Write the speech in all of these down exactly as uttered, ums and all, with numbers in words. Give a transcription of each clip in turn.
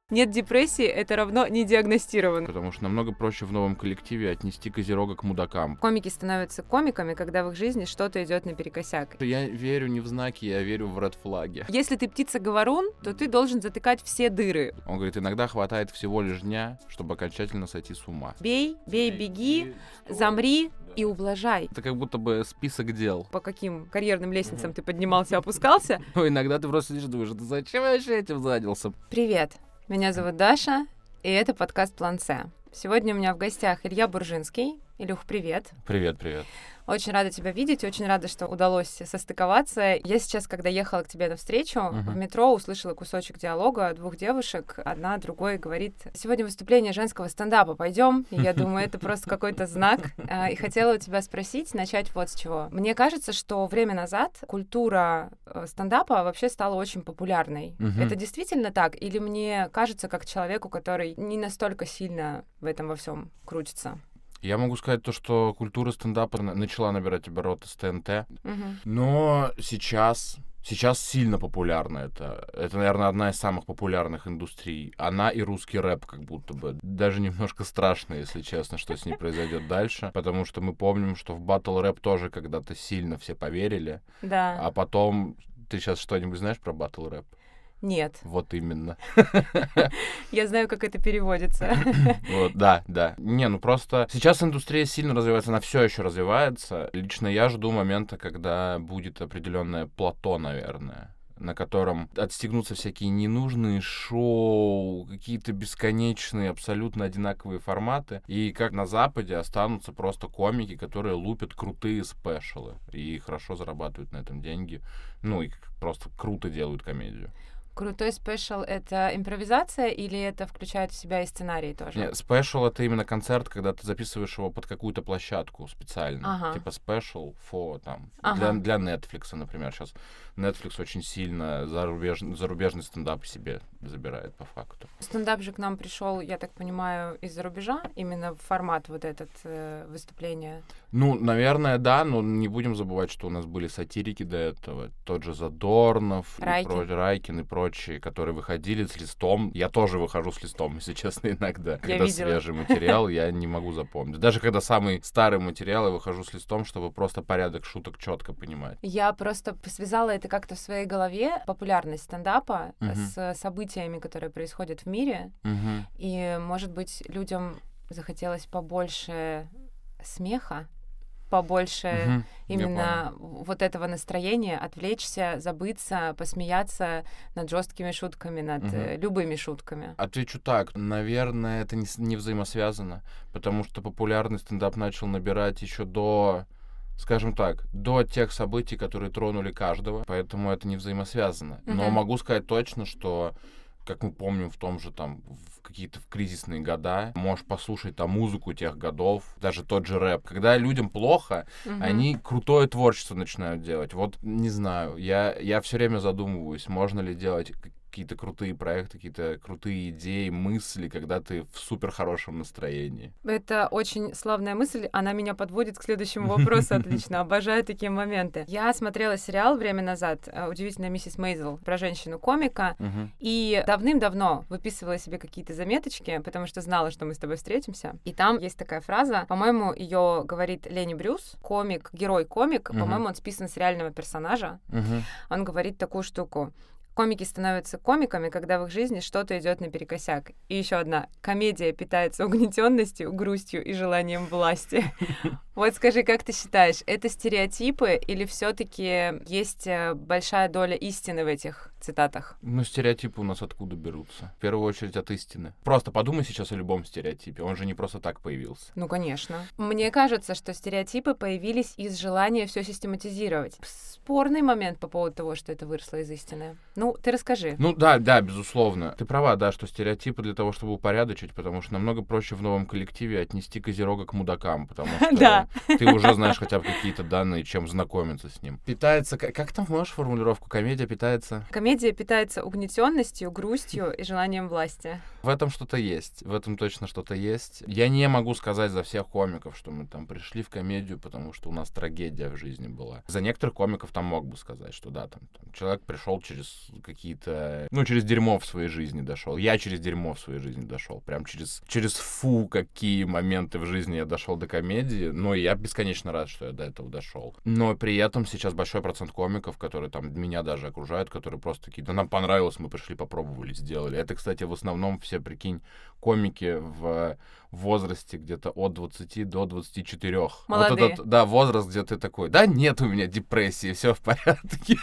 Нет депрессии — это равно не диагностирован. Потому что намного проще в новом коллективе отнести Козерога к мудакам. Комики становятся комиками, когда в их жизни что-то идет наперекосяк. Я верю не в знаки, я верю в ред-флаги. Если ты птица-говорун, то ты должен затыкать все дыры. Он говорит, иногда хватает всего лишь дня, чтобы окончательно сойти с ума. Бей, бей, беги, замри и ублажай. Это как будто бы список дел. По каким карьерным лестницам ты поднимался, опускался? Ну, иногда ты просто сидишь и думаешь, да зачем я вообще этим занялся? Привет, меня зовут Даша, и это подкаст «План С». Сегодня у меня в гостях Илья Буржинский. Илюх, привет. Привет, привет. Очень рада тебя видеть, очень рада, что удалось состыковаться. Я сейчас, когда ехала к тебе навстречу, uh-huh. в метро услышала кусочек диалога двух девушек. Одна другой говорит: сегодня выступление женского стендапа, пойдем? И я думаю, это просто какой-то знак. И хотела у тебя спросить, начать вот с чего. Мне кажется, что время назад культура стендапа вообще стала очень популярной. Uh-huh. Это действительно так? Или мне кажется, как человеку, который не настолько сильно в этом во всем крутится? Я могу сказать то, что культура стендапа начала набирать обороты с ТНТ, uh-huh. но сейчас, сейчас сильно популярна это. Это, наверное, одна из самых популярных индустрий. Она и русский рэп как будто бы. Даже немножко страшно, если честно, что с ней произойдет дальше, потому что мы помним, что в батл рэп тоже когда-то сильно все поверили, да. А потом... Ты сейчас что-нибудь знаешь про батл рэп? Нет. Вот именно. Я знаю, как это переводится. Вот, да, да. Не, ну просто сейчас индустрия сильно развивается, она все еще развивается. Лично я жду момента, когда будет определенное плато, наверное, на котором отстегнутся всякие ненужные шоу, какие-то бесконечные, абсолютно одинаковые форматы. И как на Западе останутся просто комики, которые лупят крутые спешалы и хорошо зарабатывают на этом деньги. Ну и просто круто делают комедию. Крутой спешл — это импровизация или это включает в себя и сценарий тоже? Нет, спешл — это именно концерт, когда ты записываешь его под какую-то площадку специально. Ага. Типа спешл for, там, ага. для, для Netflix, например. Сейчас Netflix очень сильно зарубеж... зарубежный стендап себе забирает по факту. Стендап же к нам пришел, я так понимаю, из-за рубежа, именно в формат вот этот э, выступления? Ну, наверное, да, но не будем забывать, что у нас были сатирики до этого. Тот же Задорнов, Райкин. И про... Райкин и прочие, которые выходили с листом. Я тоже выхожу с листом, если честно, иногда. Я когда видела. Свежий материал, я не могу запомнить. Даже когда самый старый материал, я выхожу с листом, чтобы просто порядок шуток четко понимать. Я просто связала это как-то в своей голове, популярность стендапа, uh-huh. с событиями, которые происходят в мире. Uh-huh. И, может быть, людям захотелось побольше смеха, побольше uh-huh. именно вот этого настроения, отвлечься, забыться, посмеяться над жесткими шутками, над uh-huh. любыми шутками. Отвечу так, наверное, это не, не взаимосвязано, потому что популярный стендап начал набирать еще до... Скажем так, до тех событий, которые тронули каждого, поэтому это не взаимосвязано. Uh-huh. Но могу сказать точно, что, как мы помним, в том же там, в какие-то в кризисные года, можешь послушать там музыку тех годов, даже тот же рэп. Когда людям плохо, uh-huh. они крутое творчество начинают делать. Вот, не знаю, я, я все время задумываюсь, можно ли делать какие-то крутые проекты, какие-то крутые идеи, мысли, когда ты в супер хорошем настроении. Это очень славная мысль, она меня подводит к следующему вопросу отлично. Обожаю такие моменты. Я смотрела сериал время назад «Удивительная миссис Мейзел» про женщину-комика, uh-huh. и давным-давно выписывала себе какие-то заметочки, потому что знала, что мы с тобой встретимся. И там есть такая фраза, по-моему, ее говорит Ленни Брюс, комик, герой-комик, uh-huh. по-моему, он списан с реального персонажа. Uh-huh. Он говорит такую штуку: комики становятся комиками, когда в их жизни что-то идет наперекосяк. И еще одна. Комедия питается угнетенностью, грустью и желанием власти. Вот скажи, как ты считаешь, это стереотипы или все-таки есть большая доля истины в этих цитатах? Ну, стереотипы у нас откуда берутся? В первую очередь от истины. Просто подумай сейчас о любом стереотипе. Он же не просто так появился. Ну, конечно. Мне кажется, что стереотипы появились из желания все систематизировать. Спорный момент по поводу того, что это выросло из истины. Ну, ты расскажи. Ну да, да, безусловно. Ты права, да, что стереотипы для того, чтобы упорядочить, потому что намного проще в новом коллективе отнести Козерога к мудакам, потому что ты уже знаешь хотя бы какие-то данные, чем знакомиться с ним. Питается... Как там можешь формулировку? Комедия питается... Комедия комедия питается угнетенностью, грустью и желанием власти. В этом что-то есть. В этом точно что-то есть. Я не могу сказать за всех комиков, что мы там пришли в комедию, потому что у нас трагедия в жизни была. За некоторых комиков там мог бы сказать, что да, там, там человек пришел через какие-то... Ну, через дерьмо в своей жизни дошел. Я через дерьмо в своей жизни дошел. Прям через, через фу, какие моменты в жизни я дошел до комедии. Но я бесконечно рад, что я до этого дошел. Но при этом сейчас большой процент комиков, которые там меня даже окружают, которые просто такие, да нам понравилось, мы пришли, попробовали, сделали. Это, кстати, в основном все, прикинь, комики в возрасте где-то от двадцати до двадцати четырёх. Молодые. Вот этот, да, возраст, где ты такой, да нет у меня депрессии, все в порядке.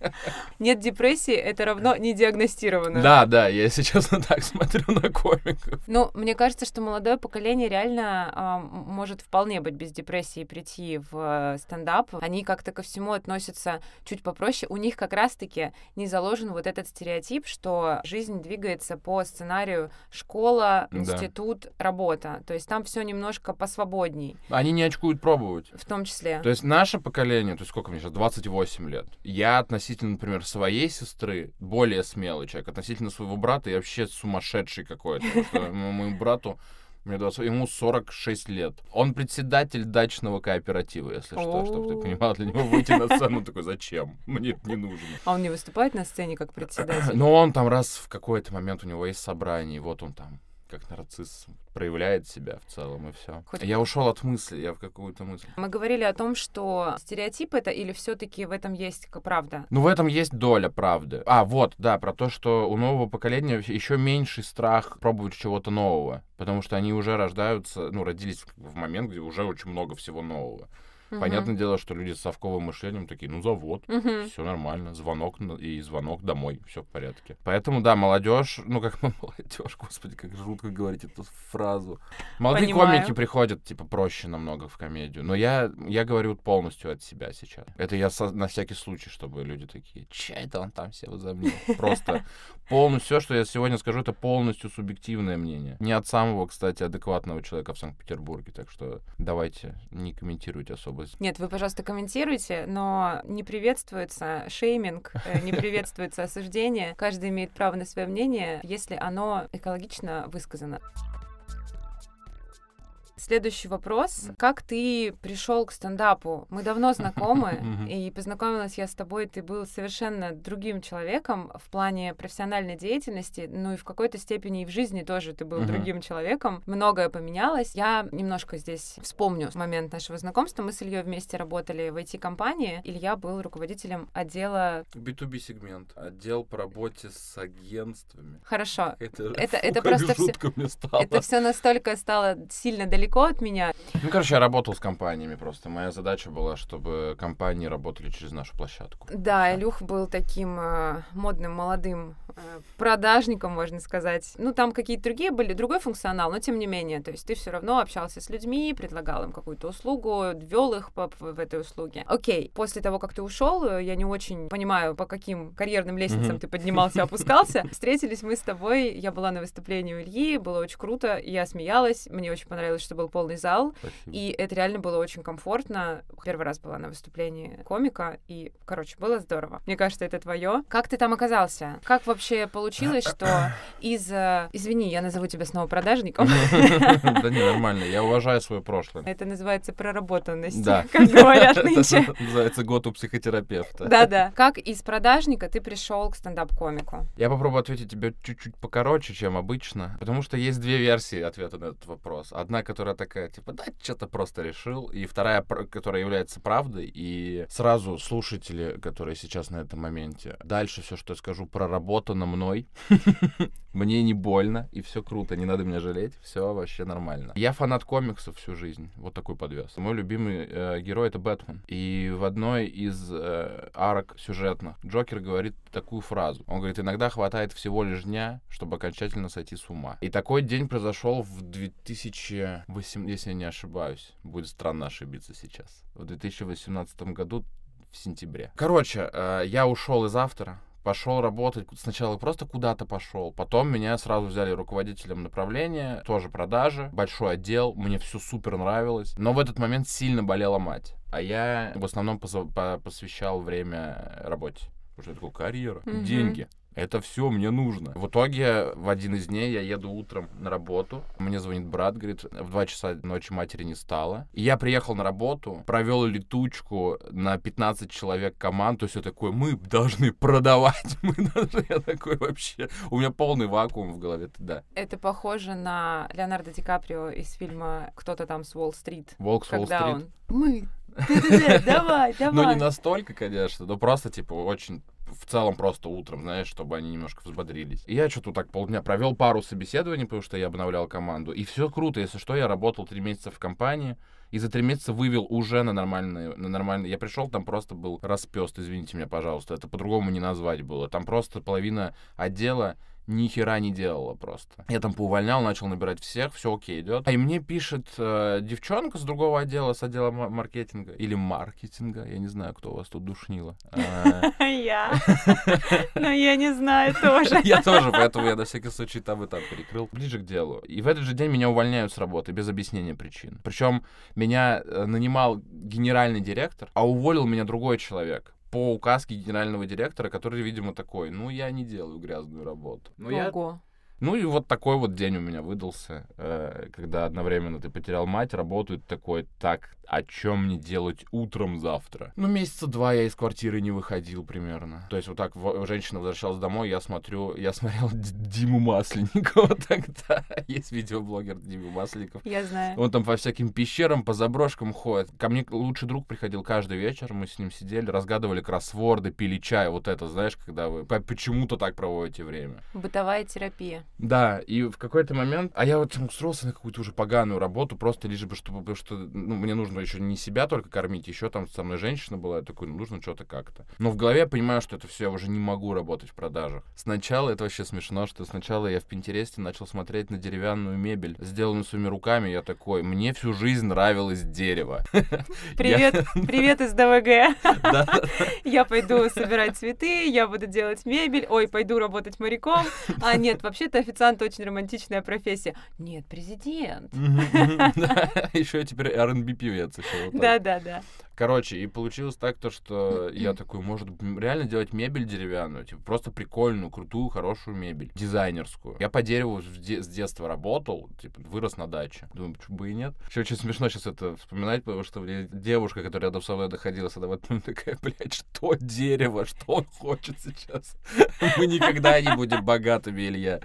Нет депрессии, это равно не диагностировано. Да, да, я сейчас так смотрю на комиков. Ну, мне кажется, что молодое поколение реально а, может вполне быть без депрессии и прийти в а, стендап. Они как-то ко всему относятся чуть попроще. У них как раз-таки не заложен вот этот стереотип, что жизнь двигается по сценарию школа, институт, да. работа. То есть там все немножко посвободней. Они не очкуют пробовать. В том числе. То есть наше поколение, то есть сколько мне сейчас, двадцать восемь лет. Я относительно, например, своей сестры более смелый человек. Относительно своего брата я вообще сумасшедший какой-то. Потому что моему брату мне двадцать, ему сорок шесть лет. Он председатель дачного кооператива, если что, чтобы ты понимал. Для него выйти на сцену такой, зачем? Мне это не нужно. А он не выступает на сцене как председатель? Ну, он там раз в какой-то момент, у него есть собрание, и вот он там как нарцисс проявляет себя в целом, и все. Хоть... Я ушел от мысли, я в какую-то мысль. Мы говорили о том, что стереотип это или все-таки в этом есть правда? Ну, в этом есть доля правды. А, вот, да, про то, что у нового поколения еще меньший страх пробовать чего-то нового, потому что они уже рождаются, ну, родились в момент, где уже очень много всего нового. Uh-huh. Понятное дело, что люди с совковым мышлением такие, ну, завод, uh-huh. все нормально, звонок и звонок домой, все в порядке. Поэтому, да, молодежь, ну, как молодежь, господи, как жутко говорить эту фразу. Молодые Понимаю. комики приходят, типа, проще намного в комедию. Но я, я говорю полностью от себя сейчас. Это я со, на всякий случай, чтобы люди такие, че это он там себе возомнил? Просто полностью, все, что я сегодня скажу, это полностью субъективное мнение. Не от самого, кстати, адекватного человека в Санкт-Петербурге, так что давайте не комментируйте особо. Нет, вы, пожалуйста, комментируйте, но не приветствуется шейминг, не приветствуется осуждение. Каждый имеет право на свое мнение, если оно экологично высказано. Следующий вопрос. Как ты пришел к стендапу? Мы давно знакомы, и познакомилась я с тобой, ты был совершенно другим человеком в плане профессиональной деятельности, ну и в какой-то степени и в жизни тоже ты был другим человеком. Многое поменялось. Я немножко здесь вспомню момент нашего знакомства. Мы с Ильей вместе работали в ай ти-компании. Илья был руководителем отдела... би ту би сегмент. Отдел по работе с агентствами. Хорошо. Это, это, фу, это просто все... мне стало. Это все настолько стало сильно далеко от меня. Ну, короче, я работал с компаниями просто. Моя задача была, чтобы компании работали через нашу площадку. Да, все. Илюх был таким э, модным, молодым э, продажником, можно сказать. Ну, там какие-то другие были, другой функционал, но тем не менее. То есть ты все равно общался с людьми, предлагал им какую-то услугу, ввел их по, в этой услуге. Окей, после того, как ты ушел, я не очень понимаю, по каким карьерным лестницам mm-hmm. ты поднимался, опускался. Встретились мы с тобой, я была на выступлении у Ильи, было очень круто, я смеялась, мне очень понравилось, что был полный зал, Спасибо. И это реально было очень комфортно. Первый раз была на выступлении комика, и, короче, было здорово. Мне кажется, это твое. Как ты там оказался? Как вообще получилось, что из... Извини, я назову тебя снова продажником. Да не, нормально, я уважаю свое прошлое. Это называется проработанность, да. как говорят нынче. Это называется год у психотерапевта. Да-да. Как из продажника ты пришел к стендап-комику? Я попробую ответить тебе чуть-чуть покороче, чем обычно, потому что есть две версии ответа на этот вопрос. Одна, которая такая, типа, да, что-то просто решил, и вторая, которая является правдой, и сразу слушатели, которые сейчас на этом моменте, дальше все, что я скажу, проработано мной, мне не больно, и все круто, не надо меня жалеть, все вообще нормально. Я фанат комиксов всю жизнь, вот такой подвес. Мой любимый э, герой — это Бэтмен, и в одной из э, арок сюжетных Джокер говорит такую фразу. Он говорит, иногда хватает всего лишь дня, чтобы окончательно сойти с ума. И такой день произошел в две тысячи восемнадцатом, если я не ошибаюсь. Будет странно ошибиться сейчас. В две тысячи восемнадцатом году в сентябре. Короче, э, я ушел из автора, пошел работать. Сначала просто куда-то пошел. Потом меня сразу взяли руководителем направления. Тоже продажи. Большой отдел. Мне все супер нравилось. Но в этот момент сильно болела мать. А я в основном пос- по- посвящал время работе. Потому что я такой, карьера, Мгм. деньги. Это все мне нужно. В итоге в один из дней я еду утром на работу. Мне звонит брат, говорит, в два часа ночи матери не стало. И я приехал на работу, провел летучку на пятнадцать человек команд. То есть я такой, мы должны продавать. Мы должны... Я такой вообще... У меня полный вакуум в голове. Да. Это похоже на Леонардо Ди Каприо из фильма «Кто-то там с Уолл-стрит». Волк с Когда Уолл-стрит. он... Мы... Да-да-да, давай, Ну, давай. не настолько, конечно, но просто, типа, очень в целом просто утром, знаешь, чтобы они немножко взбодрились. И я что-то так полдня провел пару собеседований, потому что я обновлял команду. И все круто, если что, я работал три месяца в компании, и за три месяца вывел уже на нормальные, на нормальные... Я пришел, там просто был распёст, извините меня, пожалуйста, это по-другому не назвать было. Там просто половина отдела ни хера не делала просто. Я там поувольнял, начал набирать всех, все окей идет. И мне пишет э, девчонка с другого отдела, с отдела ма- маркетинга или маркетинга, я не знаю, кто у вас тут душнило. А, Я. Но я не знаю тоже. Я тоже, поэтому я на всякий случай там и там перекрыл. Ближе к делу. И в этот же день меня увольняют с работы без объяснения причин. Причем меня э, нанимал генеральный директор, а уволил меня другой человек. По указке генерального директора, который, видимо, такой, ну, я не делаю грязную работу. Ну, я... Ого. ну и вот такой вот день у меня выдался, э, когда одновременно ты потерял мать, работает такой, так, о чем мне делать утром завтра? Ну, месяца два я из квартиры не выходил примерно. То есть вот так в- женщина возвращалась домой, я смотрю, я смотрел Д- Диму Масленникова тогда. Есть видеоблогер Дима Масленников. Я знаю. Он там по всяким пещерам, по заброшкам ходит. Ко мне лучший друг приходил каждый вечер, мы с ним сидели, разгадывали кроссворды, пили чай. Вот это, знаешь, когда вы по- почему-то так проводите время. Бытовая терапия. Да, и в какой-то момент... А я вот там устроился на какую-то уже поганую работу, просто лишь бы, чтобы... Потому что ну, мне нужно еще не себя только кормить, еще там со мной женщина была, я такой, ну, нужно что-то как-то. Но в голове я понимаю, что это все, я уже не могу работать в продажах. Сначала, это вообще смешно, что сначала я в Пинтересте начал смотреть на деревянную мебель, сделанную своими руками, я такой, мне всю жизнь нравилось дерево. Привет, привет из ДВГ. Да. Я пойду собирать цветы, я буду делать мебель, ой, пойду работать моряком. А нет, вообще-то официант очень романтичная профессия. Нет, президент. Еще я теперь ар энд би певец. еще вот так. Да-да-да. Короче, и получилось так, то, что я такой, может м, реально делать мебель деревянную, типа просто прикольную, крутую, хорошую мебель, дизайнерскую. Я по дереву с де- с детства работал, типа вырос на даче. Думаю, почему бы и нет. Еще очень смешно сейчас это вспоминать, потому что мне девушка, которая рядом со мной находилась, она в этот момент такая, блядь, что дерево, что он хочет сейчас? Мы никогда не будем богатыми, Илья.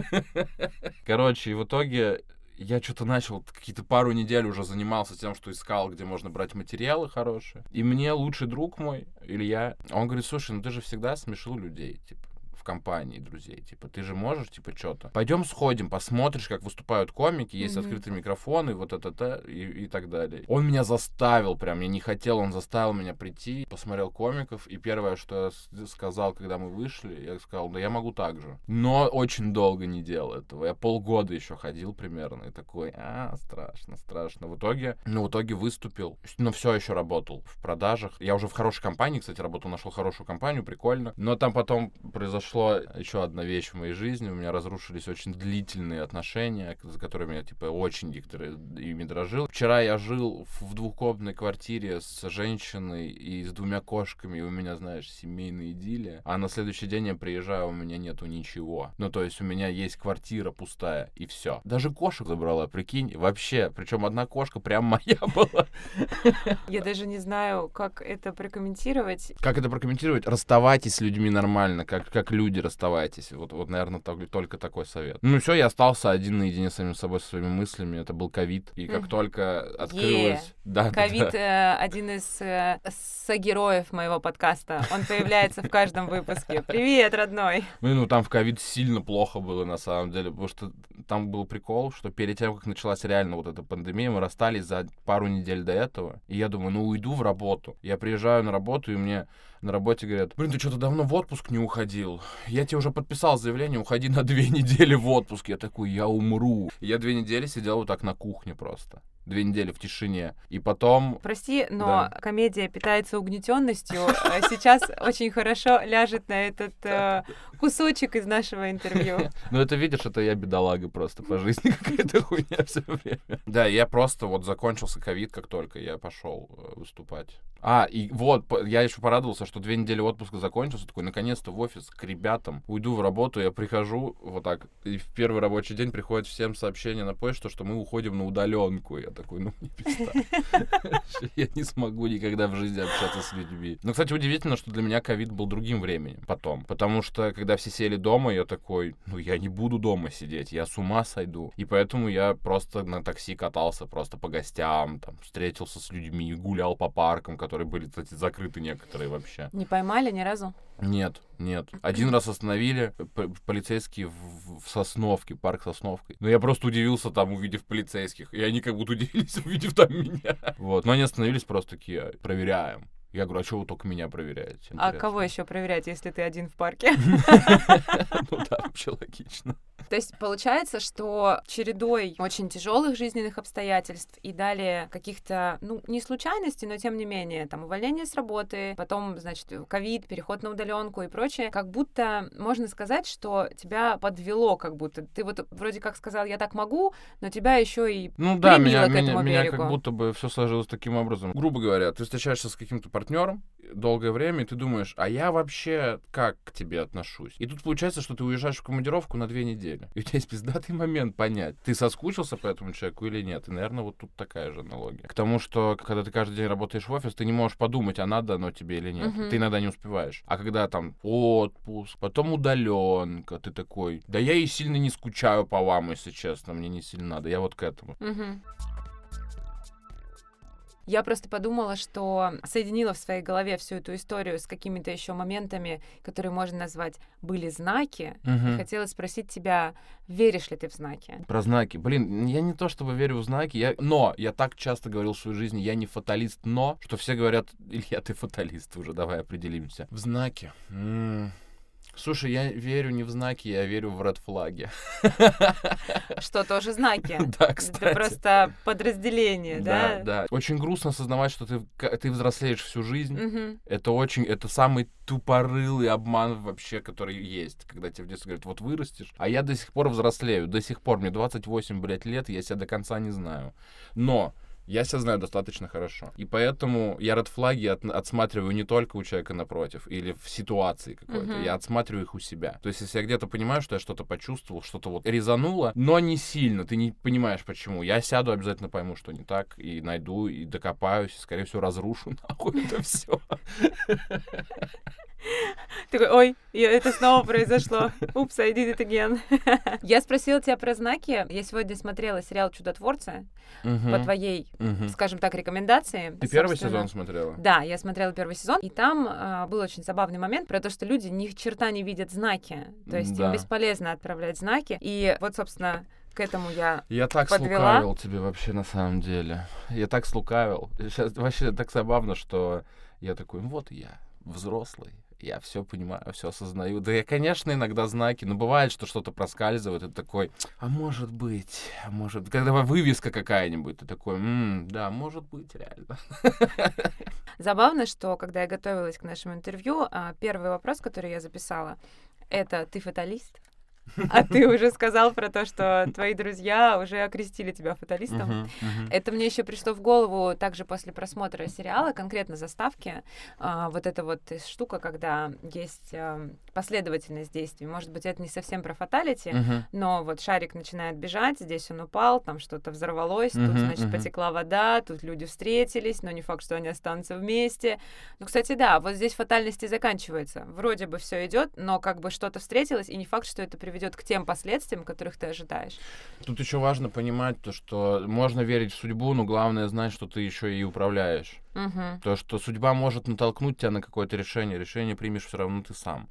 Короче, и в итоге я что-то начал, какие-то пару недель уже занимался тем, что искал, где можно брать материалы хорошие. И мне лучший друг мой, Илья, он говорит, слушай, ну ты же всегда смешил людей, типа, в компании друзей, типа, ты же можешь, типа, что-то. Пойдем сходим, посмотришь, как выступают комики, есть Мгм. открытые микрофоны, вот это-то и, и так далее. Он меня заставил прям, я не хотел, он заставил меня прийти, посмотрел комиков, и первое, что я с- сказал, когда мы вышли, я сказал, да я могу так же. Но очень долго не делал этого. Я полгода еще ходил примерно, и такой, а, страшно, страшно. В итоге, ну, в итоге выступил, но все еще работал в продажах. Я уже в хорошей компании, кстати, работал, нашел хорошую компанию, прикольно. Но там потом произошло еще одна вещь в моей жизни. У меня разрушились очень длительные отношения, за которыми я, типа, очень некоторые ими дорожил. Вчера я жил в двухкомнатной квартире с женщиной и с двумя кошками, и у меня, знаешь, семейная идиллия. А на следующий день я приезжаю, у меня нету ничего. Ну, то есть у меня есть квартира пустая, и все. Даже кошек забрала, прикинь, вообще. Причем одна кошка прям моя была. Я даже не знаю, как это прокомментировать. Как это прокомментировать? Расставайтесь с людьми нормально, как, как люди расставайтесь. Вот, вот наверное, так- только такой совет. Ну все, я остался один наедине с самим собой, со своими мыслями. Это был ковид. И как Мгм. только открылось... Да, да, Ковид да. э, один из э, согероев моего подкаста. Он появляется в каждом выпуске. Привет, родной. Ну, ну, там в ковид сильно плохо было, на самом деле, потому что там был прикол, что перед тем, как началась реально вот эта пандемия, мы расстались за пару недель до этого, и я думаю, ну, уйду в работу. Я приезжаю на работу, и мне на работе говорят, блин, ты что-то давно в отпуск не уходил. Я тебе уже подписал заявление, уходи на две недели в отпуск. Я такой, я умру. И я две недели сидел вот так на кухне просто. Две недели в тишине. И потом... Прости, но Да. комедия питается угнетенностью. А Сейчас очень хорошо ляжет на этот э, кусочек из нашего интервью. Ну, это, видишь, это я бедолага просто по жизни, какая-то хуйня все время. Да, я просто вот закончился ковид, как только я пошел э, выступать. А, и вот, я еще порадовался, что две недели отпуска закончился, такой, наконец-то в офис к ребятам, уйду в работу, я прихожу вот так, и в первый рабочий день приходит всем сообщение на почту, что мы уходим на удаленку. Я такой, ну, не представь. Я не смогу никогда в жизни общаться с людьми. Но, кстати, удивительно, что для меня ковид был другим временем потом, потому что, когда все сели дома, я такой, ну, я не буду дома сидеть, я с ума сойду. И поэтому я просто на такси катался просто по гостям, там, встретился с людьми, гулял по паркам, которые были, кстати, закрыты некоторые вообще. Не поймали ни разу? Нет, нет. Один раз остановили полицейские в, в Сосновке, парк Сосновкой. Но я просто удивился там, увидев полицейских. И они как будто удивились, увидев там меня. Вот. Но они остановились просто такие, проверяем. Я говорю, а что вы только меня проверяете? Интересно. А кого еще проверять, если ты один в парке? Ну да, вообще логично. То есть получается, что чередой очень тяжелых жизненных обстоятельств и далее каких-то, ну, не случайностей, но тем не менее, там, увольнение с работы, потом, значит, ковид, переход на удаленку и прочее, как будто можно сказать, что тебя подвело, как будто. Ты вот вроде как сказал, я так могу, но тебя еще и ну да, меня, к меня, этому меня берегу. Как будто бы все сложилось таким образом. Грубо говоря, ты встречаешься с каким-то партнером долгое время, и ты думаешь, а я вообще как к тебе отношусь? И тут получается, что ты уезжаешь в командировку на две недели. И у тебя есть пиздатый момент понять, ты соскучился по этому человеку или нет. И, наверное, вот тут такая же аналогия. К тому, что когда ты каждый день работаешь в офис, ты не можешь подумать, а надо оно тебе или нет. Uh-huh. Ты иногда не успеваешь. А когда там отпуск, потом удаленка, ты такой, да я и сильно не скучаю по вам, если честно, мне не сильно надо. Я вот к этому. Uh-huh. Я просто подумала, что соединила в своей голове всю эту историю с какими-то еще моментами, которые можно назвать «были знаки». Угу. И хотела спросить тебя, веришь ли ты в знаки? Про знаки. Блин, я не то чтобы верю в знаки, я... но я так часто говорил в своей жизни, я не фаталист, но, что все говорят, Илья, ты фаталист уже, давай определимся. В знаки. М-м- Слушай, я верю не в знаки, я верю в ред-флаги. Что тоже знаки. Да, кстати. Это просто подразделение, да? Да, да. Очень грустно осознавать, что ты, ты взрослеешь всю жизнь. Угу. Это очень, это самый тупорылый обман вообще, который есть, когда тебе в детстве говорят, вот вырастешь. А я до сих пор взрослею, до сих пор, мне двадцать восемь, блядь, лет, я себя до конца не знаю. Но я себя знаю достаточно хорошо. И поэтому я ред-флаги от, отсматриваю не только у человека напротив или в ситуации какой-то. Uh-huh. Я отсматриваю их у себя. То есть, если я где-то понимаю, что я что-то почувствовал, что-то вот резануло, но не сильно, ты не понимаешь, почему. Я сяду, обязательно пойму, что не так, и найду, и докопаюсь, и, скорее всего, разрушу нахуй это все. Такой, ой, это снова произошло. Упс, I did it again. Я спросила тебя про знаки. Я сегодня смотрела сериал «Чудотворцы» uh-huh. по твоей, uh-huh. скажем так, рекомендации. Ты первый сезон смотрела? Да, я смотрела первый сезон. И там а, был очень забавный момент про то, что люди ни черта не видят знаки. То есть да. им бесполезно отправлять знаки. И вот, собственно, к этому я Я так подвела. слукавил тебе вообще на самом деле. Я так слукавил. Сейчас вообще так забавно, что я такой, вот я, взрослый. Я все понимаю, все осознаю. Да я, конечно, иногда знаки, но бывает, что что-то проскальзывает, и ты такой, а может быть, а может... Когда вывеска какая-нибудь, ты такой, м-м, да, может быть, реально. Забавно, что, когда я готовилась к нашему интервью, первый вопрос, который я записала, это «ты фаталист?» А ты уже сказал про то, что твои друзья уже окрестили тебя фаталистом. Uh-huh, uh-huh. Это мне еще пришло в голову также после просмотра сериала, конкретно заставки. А, вот эта вот штука, когда есть а, последовательность действий. Может быть, это не совсем про фаталити, uh-huh. но вот шарик начинает бежать, здесь он упал, там что-то взорвалось, uh-huh, тут, значит, uh-huh. потекла вода, тут люди встретились, но не факт, что они останутся вместе. Ну, кстати, да, вот здесь фатальность и заканчивается. Вроде бы все идет, но как бы что-то встретилось, и не факт, что это приведет ведет к тем последствиям, которых ты ожидаешь. Тут еще важно понимать то, что можно верить в судьбу, но главное знать, что ты еще и управляешь. Угу. То, что судьба может натолкнуть тебя на какое-то решение, решение примешь все равно ты сам.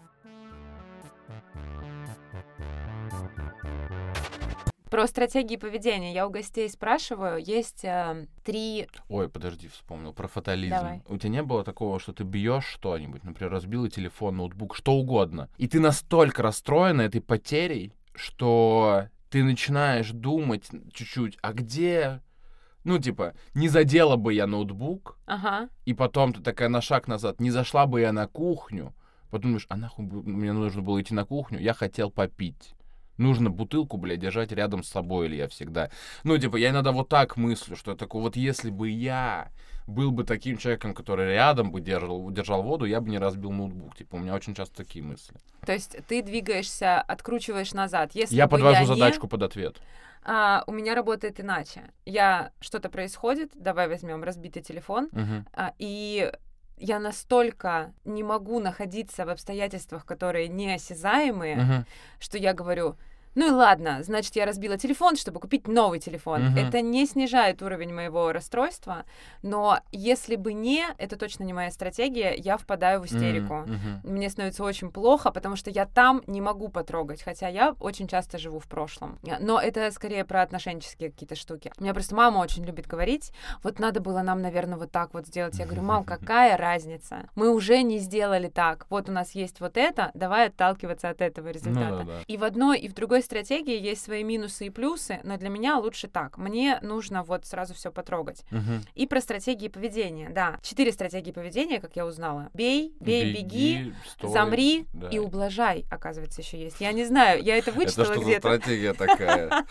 Про стратегии поведения я у гостей спрашиваю. Есть э, три... Ой, подожди, вспомнил. Про фатализм. Давай. У тебя не было такого, что ты бьешь что-нибудь, например, разбила телефон, ноутбук, что угодно, и ты настолько расстроена этой потерей, что ты начинаешь думать чуть-чуть, а где... Ну, типа, не задела бы я ноутбук, ага. и потом ты такая на шаг назад, не зашла бы я на кухню, потом думаешь, а нахуй мне нужно было идти на кухню, я хотел попить. Нужно бутылку, блядь, держать рядом с собой, Илья, всегда. Ну, типа, я иногда вот так мыслю, что я такой, вот если бы я был бы таким человеком, который рядом бы держал, держал воду, я бы не разбил ноутбук. Типа, у меня очень часто такие мысли. То есть ты двигаешься, откручиваешь назад. Если я бы подвожу я задачку не... под ответ. А, у меня работает иначе. Я... Что-то происходит, давай возьмем разбитый телефон, Угу. а, и... я настолько не могу находиться в обстоятельствах, которые неосязаемые, Угу. что я говорю, ну и ладно, значит, я разбила телефон, чтобы купить новый телефон. Мгм. Это не снижает уровень моего расстройства, но если бы не, это точно не моя стратегия, я впадаю в истерику. Мгм. Мне становится очень плохо, потому что я там не могу потрогать, хотя я очень часто живу в прошлом. Но это скорее про отношенческие какие-то штуки. У меня просто мама очень любит говорить, вот надо было нам, наверное, вот так вот сделать. Я говорю, мам, какая разница? Мы уже не сделали так. Вот у нас есть вот это, давай отталкиваться от этого результата. Ну да, да. И в одной, и в другой стратегии есть свои минусы и плюсы, но для меня лучше так. Мне нужно вот сразу все потрогать. Мгм. И про стратегии поведения, да. Четыре стратегии поведения, как я узнала. Бей, бей, беги, стой, замри да. и ублажай, оказывается, еще есть. Я не знаю, я это Это вычитала что за где-то. стратегия такая?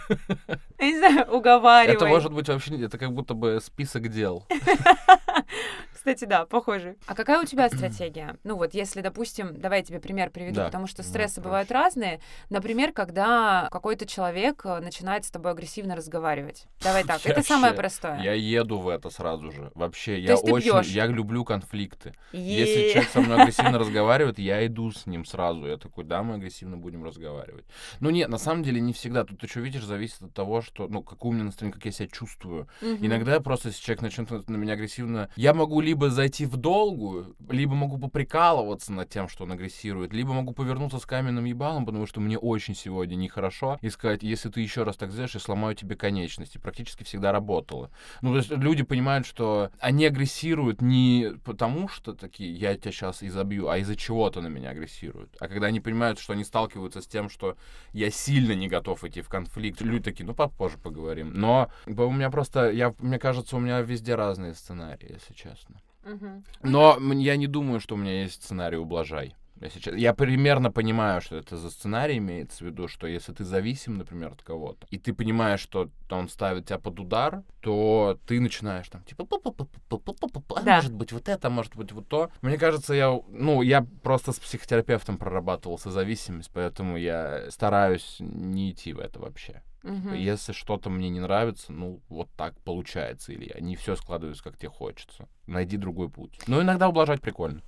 Я не знаю, уговаривай. Это может быть вообще, это как будто бы список дел. Кстати, да, похоже. А какая у тебя стратегия? Ну вот, если, допустим, давай я тебе пример приведу, Да, потому что да, стрессы проще. бывают разные. Например, когда какой-то человек э, начинает с тобой агрессивно разговаривать. Давай так, Я это самое вообще- простое. Я еду в это сразу же. Вообще, То я есть ты очень, бьёшь? я люблю конфликты. Если Е. человек со мной агрессивно разговаривает, я иду с ним сразу. Я такой, да, мы агрессивно будем разговаривать. Ну нет, на самом деле не всегда. Тут еще, видишь, зависит от того, что, ну, какое у меня настроение, как я себя чувствую. Мгм. Иногда просто, если человек начнет на меня агрессивно, я могу либо зайти в долгую, либо могу поприкалываться над тем, что он агрессирует, либо могу повернуться с каменным ебалом, потому что мне очень сегодня нехорошо, и сказать, если ты еще раз так сделаешь, я сломаю тебе конечности. Практически всегда работало. Ну, то есть люди понимают, что они агрессируют не потому, что такие, я тебя сейчас изобью, а из-за чего-то на меня агрессируют. А когда они понимают, что они сталкиваются с тем, что я сильно не готов идти в конфликт, люди такие, ну, попозже поговорим. Но у меня просто, я, мне кажется, у меня везде разные сценарии, если честно. Мгм. Но м, я не думаю, что у меня есть сценарий «ублажай». Если честно. Я примерно понимаю, что это за сценарий имеется в виду, что если ты зависим, например, от кого-то, и ты понимаешь, что он ставит тебя под удар, то ты начинаешь там, типа, «Пу-пу-пу-пу-пу-пу-пу-пу, а Да. может быть вот это, может быть вот то. Мне кажется, я, ну, я просто с психотерапевтом прорабатывал созависимость, поэтому я стараюсь не идти в это вообще. Мгм. Если что-то мне не нравится, ну, вот так получается, Илья. Не все складывается, как тебе хочется. Найди другой путь. Но иногда ублажать прикольно.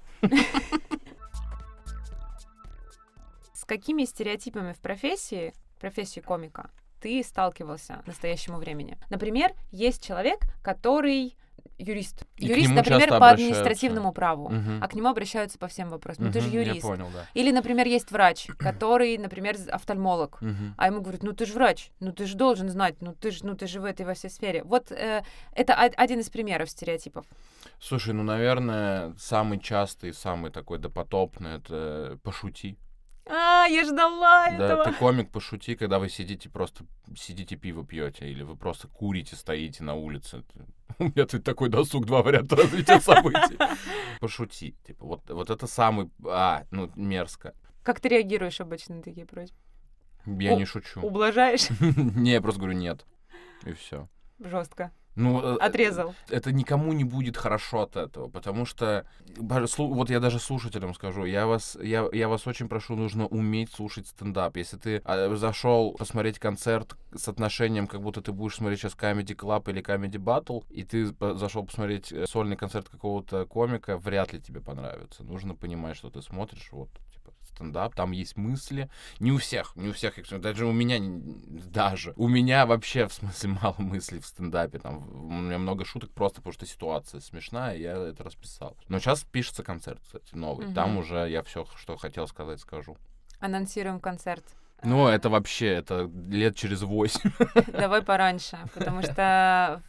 С какими стереотипами в профессии, профессии комика, ты сталкивался к настоящему времени? Например, есть человек, который юрист. И к юрист, нему например, часто по обращаются. административному праву, Мгм. а к нему обращаются по всем вопросам. Ну ты же Мгм, юрист. Я понял, да. Или, например, есть врач, который, например, офтальмолог. Мгм. А ему говорят, ну ты же врач, ну ты же должен знать, ну ты же, ну ты же в этой во всей сфере. Вот э, это од- один из примеров стереотипов. Слушай, ну, наверное, самый частый, самый такой допотопный — это «пошути». А, я ждала Да, этого. ты комик, пошути, когда вы сидите просто, сидите пиво пьете, или вы просто курите, стоите на улице. У меня тут такой досуг, два варианта развития событий. Пошути. Типа, вот, вот это самый, а, ну, мерзко. Как ты реагируешь обычно на такие просьбы? Я О, не шучу. Ублажаешь? Не, я просто говорю нет. И все. Жестко. Ну, э, Отрезал. это никому не будет хорошо от этого, потому что, боже, слу- вот я даже слушателям скажу, я вас, я, я вас очень прошу, нужно уметь слушать стендап. Если ты а, зашел посмотреть концерт с отношением, как будто ты будешь смотреть сейчас Comedy Club или Comedy Battle, и ты по- зашел посмотреть э, сольный концерт какого-то комика, вряд ли тебе понравится. Нужно понимать, что ты смотришь, вот, типа, стендап, там есть мысли. Не у всех, не у всех, даже у меня, не- даже. У меня вообще, в смысле, мало мыслей в стендапе, там, у меня много шуток просто потому, что ситуация смешная, и я это расписал. Но сейчас пишется концерт, кстати, новый. Мгм. Там уже я все, что хотел сказать, скажу. Анонсируем концерт. Ну, это вообще, это лет через восемь. Давай пораньше, потому что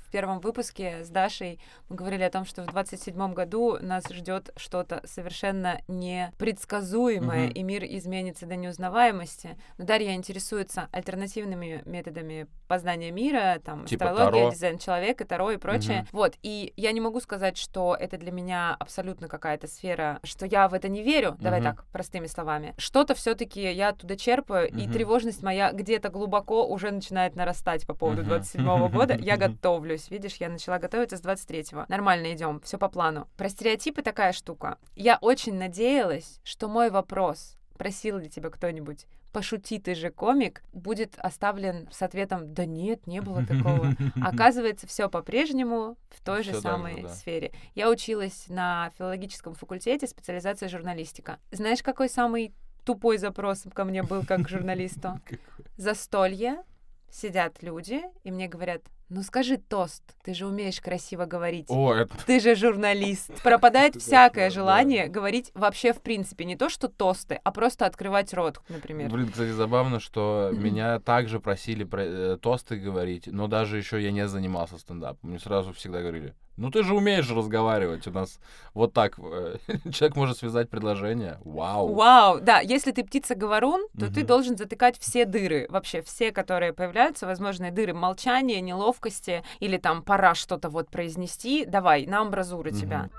в первом выпуске с Дашей мы говорили о том, что в двадцать седьмом году нас ждет что-то совершенно непредсказуемое, mm-hmm. и мир изменится до неузнаваемости. Но Дарья интересуется альтернативными методами познания мира, там, типа астрология, Таро. дизайн человека, Таро и прочее. Mm-hmm. Вот, и я не могу сказать, что это для меня абсолютно какая-то сфера, что я в это не верю, mm-hmm. давай так, простыми словами. Что-то все-таки я оттуда черпаю, mm-hmm. и тревожность моя где-то глубоко уже начинает нарастать по поводу mm-hmm. двадцать седьмого года. Я готовлюсь, видишь, я начала готовиться с двадцать третьего. Нормально идем, все по плану. Про стереотипы такая штука. Я очень надеялась, что мой вопрос, просил ли тебя кто-нибудь, пошути, ты же комик, будет оставлен с ответом: да нет, не было такого. Оказывается, все по-прежнему в той же самой сфере. Я училась на филологическом факультете, специализация журналистика. Знаешь, какой самый тупой запрос ко мне был как к журналисту? Застолье, сидят люди, и мне говорят: ну скажи тост, ты же умеешь красиво говорить. О, это... Ты же журналист. Пропадает всякое желание говорить вообще в принципе. Не то, что тосты, а просто открывать рот, например. Блин, кстати, забавно, что меня также просили про тосты говорить, но даже еще я не занимался стендапом. Мне сразу всегда говорили: ну ты же умеешь разговаривать. У нас вот так человек может связать предложение. Вау. Вау, да. Если ты птица-говорун, то угу. ты должен затыкать все дыры. Вообще все, которые появляются, возможные дыры молчания, неловкости, или там пора что-то вот произнести. Давай, на амбразуру угу. тебя.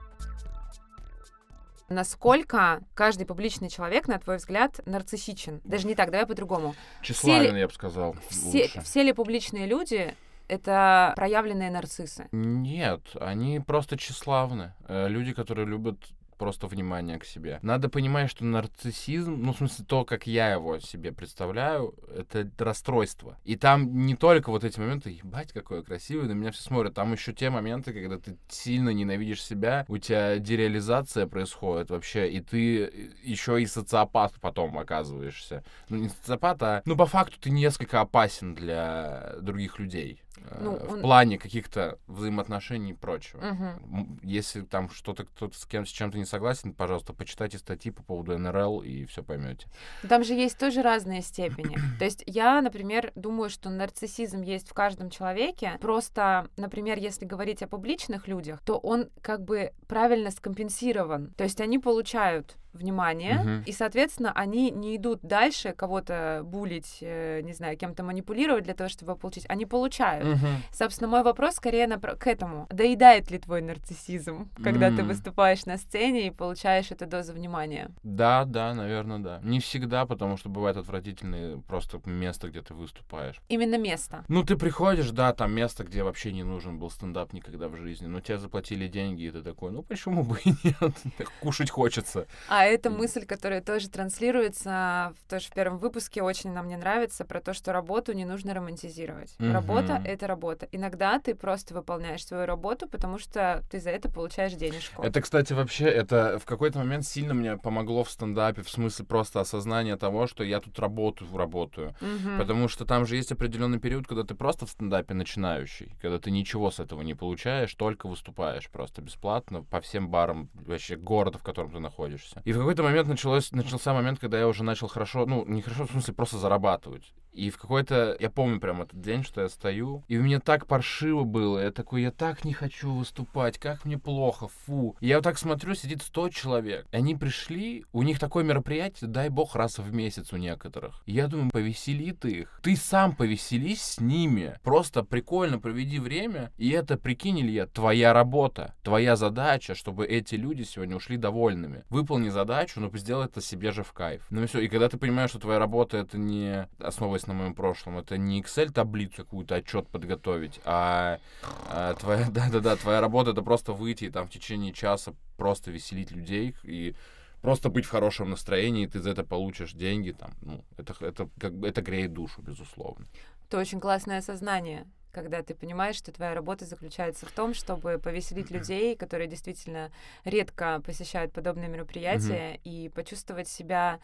Насколько каждый публичный человек, на твой взгляд, нарциссичен? Даже не так, давай по-другому. Тщеславен, я бы сказал. Все, все ли публичные люди это проявленные нарциссы? Нет, они просто тщеславны. Люди, которые любят просто внимание к себе. Надо понимать, что нарциссизм, ну, в смысле, то, как я его себе представляю, это расстройство. И там не только вот эти моменты: ебать, какой красивый, на меня все смотрят. Там еще те моменты, когда ты сильно ненавидишь себя, у тебя дереализация происходит вообще, и ты еще и социопат потом оказываешься. Ну, не социопат, а... Ну, по факту ты несколько опасен для других людей. Ну, в он... плане каких-то взаимоотношений и прочего. Угу. Если там что-то, кто-то с, кем, с чем-то не согласен, пожалуйста, почитайте статьи по поводу эн эр эл и все поймете. Там же есть тоже разные степени. То есть я, например, думаю, что нарциссизм есть в каждом человеке. Просто, например, если говорить о публичных людях, то он как бы правильно скомпенсирован. То есть они получают внимание, uh-huh. и, соответственно, они не идут дальше кого-то булить, э, не знаю, кем-то манипулировать для того, чтобы его получить. Они получают. Uh-huh. Собственно, мой вопрос скорее напр- к этому. Доедает ли твой нарциссизм, когда mm. ты выступаешь на сцене и получаешь эту дозу внимания? Да, да, наверное, да. Не всегда, потому что бывает отвратительное просто место, где ты выступаешь. Именно место? Ну, ты приходишь, да, там место, где вообще не нужен был стендап никогда в жизни, но тебе заплатили деньги, и ты такой: ну, почему бы и нет? Кушать хочется. А это мысль, которая тоже транслируется в, тоже в первом выпуске, очень нам не нравится, про то, что работу не нужно романтизировать. Mm-hmm. Работа — это работа. Иногда ты просто выполняешь свою работу, потому что ты за это получаешь денежку. Это, кстати, вообще, это в какой-то момент сильно мне помогло в стендапе, в смысле просто осознание того, что я тут работаю, работаю. Mm-hmm. Потому что там же есть определенный период, когда ты просто в стендапе начинающий, когда ты ничего с этого не получаешь, только выступаешь просто бесплатно по всем барам вообще города, в котором ты находишься. И в какой-то момент началось, начался момент, когда я уже начал хорошо, ну, не хорошо, в смысле, просто зарабатывать. И в какой-то, я помню прям этот день, что я стою, и мне так паршиво было, я такой: я так не хочу выступать, как мне плохо, фу. И я вот так смотрю, сидит сто человек. И они пришли, у них такое мероприятие, дай бог, раз в месяц у некоторых. И я думаю, повесели ты их. Ты сам повеселись с ними. Просто прикольно проведи время, и это, прикинь, Илья, твоя работа, твоя задача, чтобы эти люди сегодня ушли довольными. Выполни задачу, но сделай это себе же в кайф. Ну и все. И когда ты понимаешь, что твоя работа — это не, основываясь на моем прошлом, это не Excel-таблицу какую-то, отчет подготовить, а, а твоя, да-да-да, твоя работа — это просто выйти и там в течение часа просто веселить людей и просто быть в хорошем настроении, и ты за это получишь деньги, там, ну, это, это, как, это греет душу, безусловно. Это очень классное осознание, когда ты понимаешь, что твоя работа заключается в том, чтобы повеселить людей, которые действительно редко посещают подобные мероприятия, mm-hmm. и почувствовать себя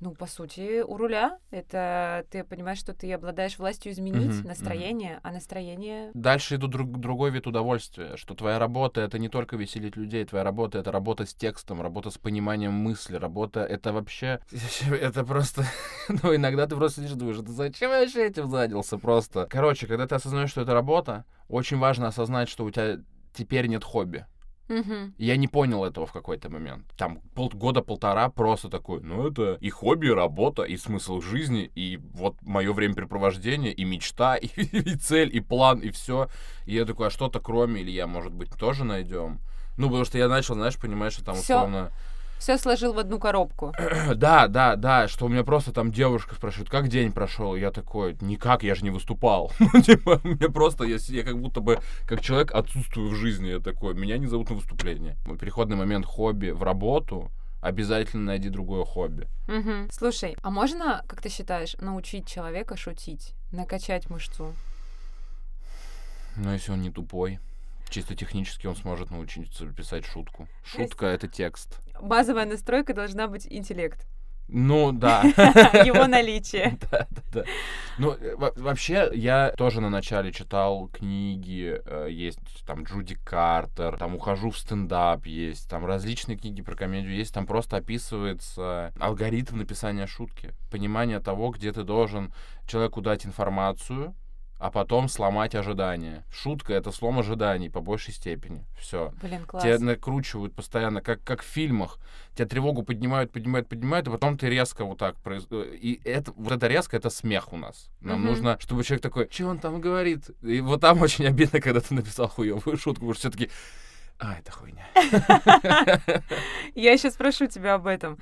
Ну, по сути, у руля. Это ты понимаешь, что ты обладаешь властью изменить Мгм, настроение, а настроение... Дальше идут друг, другой вид удовольствия, что твоя работа — это не только веселить людей, твоя работа — это работа с текстом, работа с пониманием мысли, работа — это вообще... Это просто... Ну, иногда ты просто сидишь и думаешь, да зачем я вообще этим занялся просто? Короче, когда ты осознаешь, что это работа, очень важно осознать, что у тебя теперь нет хобби. Мгм. Я не понял этого в какой-то момент. Там полгода-полтора просто такой, ну это и хобби, и работа, и смысл жизни, и вот мое времяпрепровождение, и мечта, и, и цель, и план, и все. И я такой, а что-то кроме Илья, может быть, тоже найдем? Ну, потому что я начал, знаешь, понимать, что там Всё. условно... Все сложил в одну коробку. Да, да, да, что у меня просто там девушка спрашивает, как день прошел? Я такой, никак, я же не выступал. Ну, типа, мне просто, я, я как будто бы, как человек, отсутствую в жизни. Я такой, меня не зовут на выступление. Вот переходный момент хобби в работу, обязательно найди другое хобби. Мгм. Слушай, а можно, как ты считаешь, научить человека шутить, накачать мышцу? Но если он не тупой, чисто технически он сможет научиться писать шутку. Шутка — это текст. Базовая настройка должна быть интеллект. Ну, да. Его наличие. Да, да, да. Ну, э, во- вообще, я тоже на начале читал книги, э, есть там Джуди Картер, там ухожу в стендап, есть там различные книги про комедию, есть там просто описывается алгоритм написания шутки, понимание того, где ты должен человеку дать информацию, а потом сломать ожидания. Шутка — это слом ожиданий по большей степени. Все. Блин, класс. Тебя накручивают постоянно, как, как в фильмах. Тебя тревогу поднимают, поднимают, поднимают, а потом ты резко вот так... произ- И это, вот это резко — это смех у нас. Нам Мгм. нужно, чтобы человек такой, что он там говорит? И вот там очень обидно, когда ты написал хуёвую шутку, потому что все-таки... А, это хуйня. Я еще спрошу тебя об этом.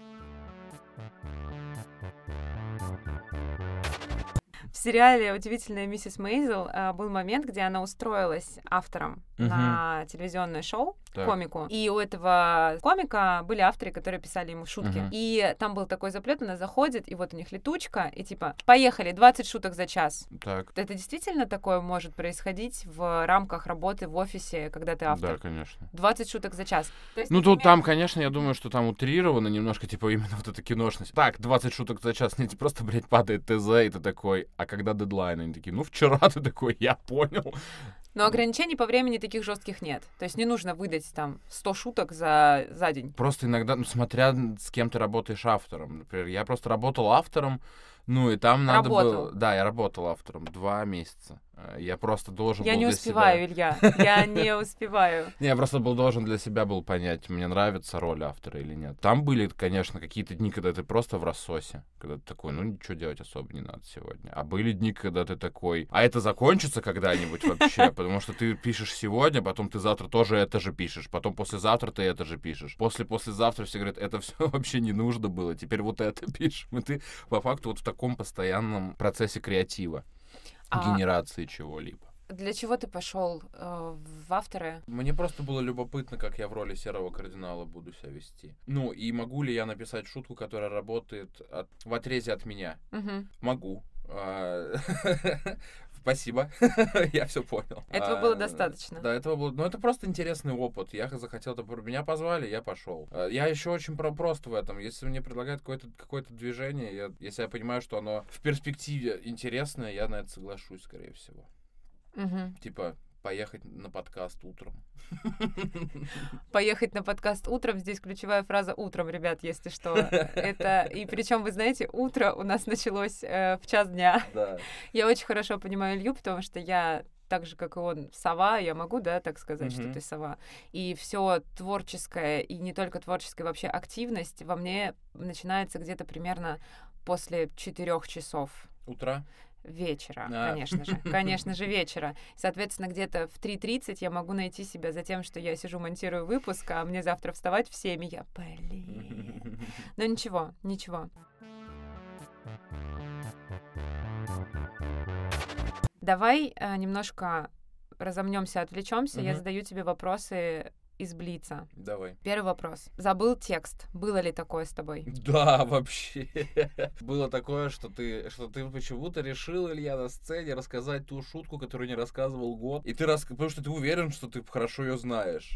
В сериале «Удивительная миссис Мейзел» а, был момент, где она устроилась автором Мгм. на телевизионное шоу, Так. комику. И у этого комика были авторы, которые писали ему шутки. Мгм. И там был такой заплет, она заходит, и вот у них летучка, и типа, поехали, двадцать шуток за час. Так. Это действительно такое может происходить в рамках работы в офисе, когда ты автор? Да, конечно. двадцать шуток за час. То есть, Ну, тут например, там, конечно, я думаю, что там утрировано немножко, типа, именно вот эта киношность. Так, двадцать шуток за час, нет, просто, блядь, падает ТЗ, и ты такой, а когда дедлайн? Они такие, ну, вчера ты такой, я понял. Но ограничений по времени таких жестких нет. То есть не нужно выдать там сто шуток за, за день. Просто иногда, ну, смотря с кем ты работаешь автором. Например, я просто работал автором, ну, и там надо Работал. было... Да, я работал автором два месяца. Я просто должен Я был не для успеваю, себя... Илья. Я не успеваю. Не, я просто был должен для себя был понять, мне нравится роль автора или нет. Там были, конечно, какие-то дни, когда ты просто в рассосе. Когда ты такой, ну, ничего делать особо не надо сегодня. А были дни, когда ты такой, а это закончится когда-нибудь вообще? Потому что ты пишешь сегодня, потом ты завтра тоже это же пишешь, потом послезавтра ты это же пишешь. После-послезавтра все говорят, это все вообще не нужно было, теперь вот это пишем. И ты по факту вот в таком постоянном процессе креатива, А генерации чего-либо. для чего ты пошел э, в авторы? Мне просто было любопытно, как я в роли серого кардинала буду себя вести. Ну, и могу ли я написать шутку, которая работает от- в отрезе от меня? Мгм. Могу. А, Спасибо, я все понял. Этого А, было достаточно. Да, этого было. Ну, это просто интересный опыт. Я захотел, это меня позвали, я пошел. А, Я еще очень про- прост в этом. Если мне предлагают какое-то какое-то движение, я- если я понимаю, что оно в перспективе интересное, я на это соглашусь, скорее всего. Мгм. Типа поехать на подкаст утром. Поехать на подкаст утром. Здесь ключевая фраза «утром», ребят, если что. Это и причем, вы знаете, утро у нас началось э, в час дня. Да. Я очень хорошо понимаю Илью, потому что я так же, как и он, сова, я могу, да, так сказать, что Мгм. ты сова. И все творческое, и не только творческая, вообще активность во мне начинается где-то примерно после четырех часов Утро. вечера, А. конечно же. Конечно же, вечера. Соответственно, где-то в три тридцать я могу найти себя за тем, что я сижу, монтирую выпуск, а мне завтра вставать в семь, и я, блин. Но ничего, ничего. Давай э, немножко разомнемся, отвлечемся. Я Мгм. задаю тебе вопросы из Блица. Давай. Первый вопрос. Забыл текст. Было ли такое с тобой? Да, вообще. Было такое, что ты, что ты почему-то решил, Илья, на сцене рассказать ту шутку, которую не рассказывал год. И ты рас... потому что ты уверен, что ты хорошо ее знаешь.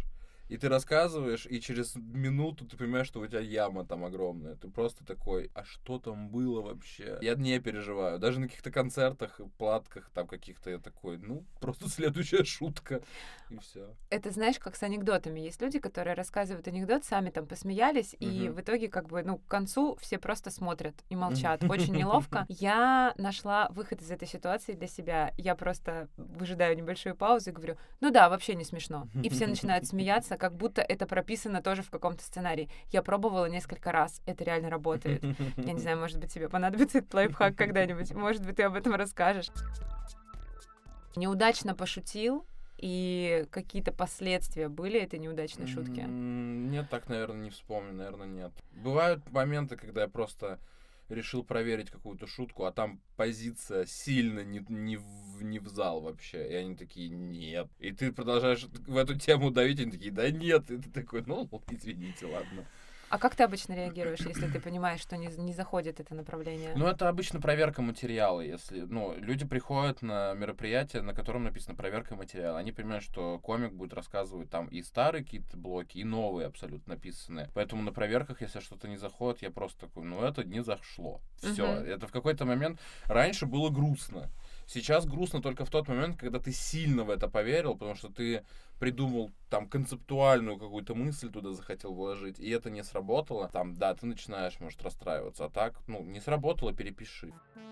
И ты рассказываешь, и через минуту ты понимаешь, что у тебя яма там огромная. Ты просто такой, а что там было вообще? Я не переживаю. Даже на каких-то концертах, платках там каких-то я такой, ну, просто следующая шутка, и все. Это знаешь, как с анекдотами. Есть люди, которые рассказывают анекдот, сами там посмеялись, uh-huh. и в итоге как бы, ну, к концу все просто смотрят и молчат. Uh-huh. Очень неловко. Я нашла выход из этой ситуации для себя. Я просто выжидаю небольшую паузу и говорю, ну да, вообще не смешно. И все начинают смеяться, как будто это прописано тоже в каком-то сценарии. Я пробовала несколько раз, это реально работает. Я не знаю, может быть, тебе понадобится этот лайфхак когда-нибудь. Может быть, ты об этом расскажешь. Неудачно пошутил, и какие-то последствия были этой неудачной шутки? Нет, так, наверное, не вспомню, наверное, нет. Бывают моменты, когда я просто решил проверить какую-то шутку, а там позиция сильно не, не, в, не в зал вообще. И они такие, нет. И ты продолжаешь в эту тему давить, и они такие, да нет. И ты такой, ну, извините, ладно. А как ты обычно реагируешь, если ты понимаешь, что не, не заходит это направление? Ну, это обычно проверка материала. Если, ну, люди приходят на мероприятие, на котором написано проверка материала. Они понимают, что комик будет рассказывать там и старые какие-то блоки, и новые абсолютно написанные. Поэтому на проверках, если что-то не заходит, я просто такой, ну, это не зашло. Все. Uh-huh. Это в какой-то момент... Раньше было грустно. Сейчас грустно только в тот момент, когда ты сильно в это поверил, потому что ты придумал там концептуальную какую-то мысль туда захотел вложить, и это не сработало. Там, да, ты начинаешь, может, расстраиваться. А так, ну, не сработало, перепиши.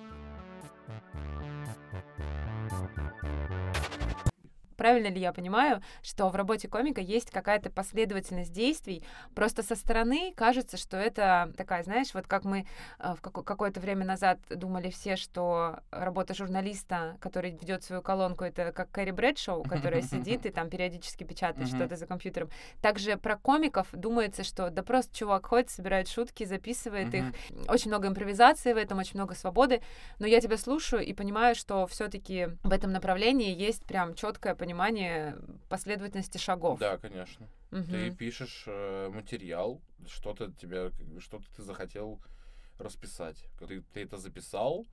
Правильно ли я понимаю, что в работе комика есть какая-то последовательность действий? Просто со стороны кажется, что это такая, знаешь, вот как мы в какое-то время назад думали все, что работа журналиста, который ведет свою колонку, это как Кэрри Брэдшоу, которая сидит и там периодически печатает uh-huh. что-то за компьютером. Также про комиков думается, что да просто чувак ходит, собирает шутки, записывает uh-huh. их. Очень много импровизации в этом, очень много свободы. Но я тебя слушаю и понимаю, что все-таки в этом направлении есть прям четкое понимание последовательности шагов. Да, конечно. Угу. Ты пишешь э, материал, что-то тебе, что-то ты захотел расписать. Ты, ты это записал,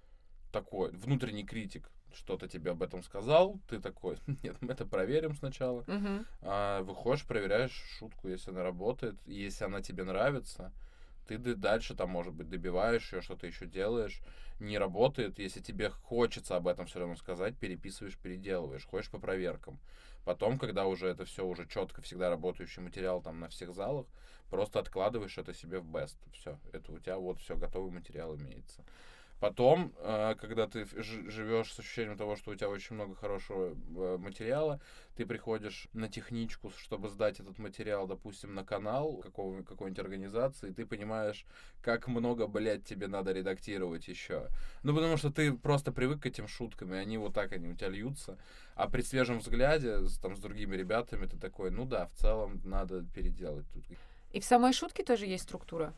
такой внутренний критик что-то тебе об этом сказал, ты такой, нет, мы это проверим сначала. Угу. А, выходишь, проверяешь шутку, если она работает, и если она тебе нравится, ты дальше там, может быть, добиваешь ее, что-то еще делаешь. Не работает, если тебе хочется об этом все равно сказать, переписываешь, переделываешь, ходишь по проверкам. Потом, когда уже это все уже четко, всегда работающий материал там на всех залах, просто откладываешь это себе в бест. Все, это у тебя вот все, готовый материал имеется. Потом, когда ты живешь с ощущением того, что у тебя очень много хорошего материала, ты приходишь на техничку, чтобы сдать этот материал, допустим, на канал какого, какой-нибудь организации, и ты понимаешь, как много, блядь, тебе надо редактировать еще. Ну, потому что ты просто привык к этим шуткам, и они вот так, они у тебя льются. А при свежем взгляде, там, с другими ребятами, ты такой, ну да, в целом надо переделать тут. И в самой шутке тоже есть структура?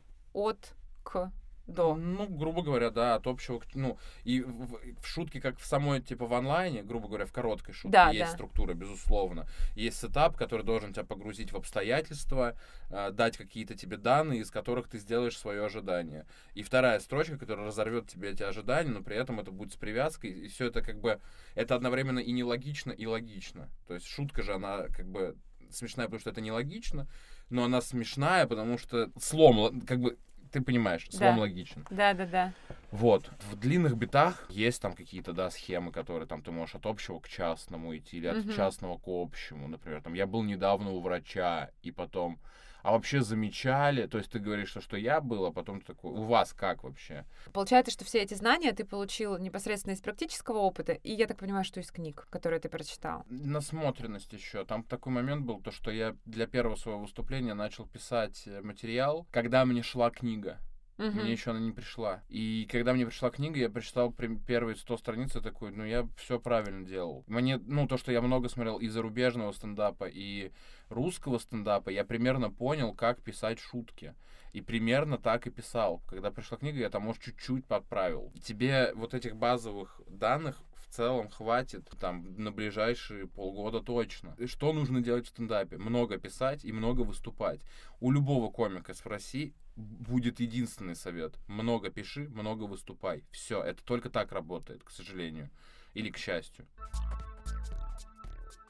От, к... До. Ну, грубо говоря, да, от общего, ну, и в, в шутке, как в самой, типа, в онлайне, грубо говоря, в короткой шутке да, есть да. структура, безусловно. Есть сетап, который должен тебя погрузить в обстоятельства, э, дать какие-то тебе данные, из которых ты сделаешь свое ожидание. И вторая строчка, которая разорвет тебе эти ожидания, но при этом это будет с привязкой, и все это как бы, это одновременно и нелогично, и логично. То есть шутка же, она как бы смешная, потому что это нелогично, но она смешная, потому что слом, как бы, ты понимаешь, слом да. логичен. Да, да, да. Вот. В длинных битах есть там какие-то, да, схемы, которые там ты можешь от общего к частному идти, или от uh-huh. частного к общему, например. Там я был недавно у врача, и потом... А вообще замечали, то есть ты говоришь, что, что я был, а потом ты такой, у вас как вообще? Получается, что все эти знания ты получил непосредственно из практического опыта, и я так понимаю, что из книг, которые ты прочитал. Насмотренность еще. Там такой момент был, то, что я для первого своего выступления начал писать материал, когда мне шла книга. Uh-huh. Мне еще она не пришла. И когда мне пришла книга, я прочитал первые сто страниц и такой, ну, я все правильно делал. Мне, ну, то, что я много смотрел и зарубежного стендапа, и русского стендапа, я примерно понял, как писать шутки. И примерно так и писал. Когда пришла книга, я там, может, чуть-чуть подправил. Тебе вот этих базовых данных в целом хватит там на ближайшие полгода точно. И что нужно делать в стендапе? Много писать и много выступать. У любого комика спроси, будет единственный совет. Много пиши, много выступай. Все, это только так работает, к сожалению. Или к счастью.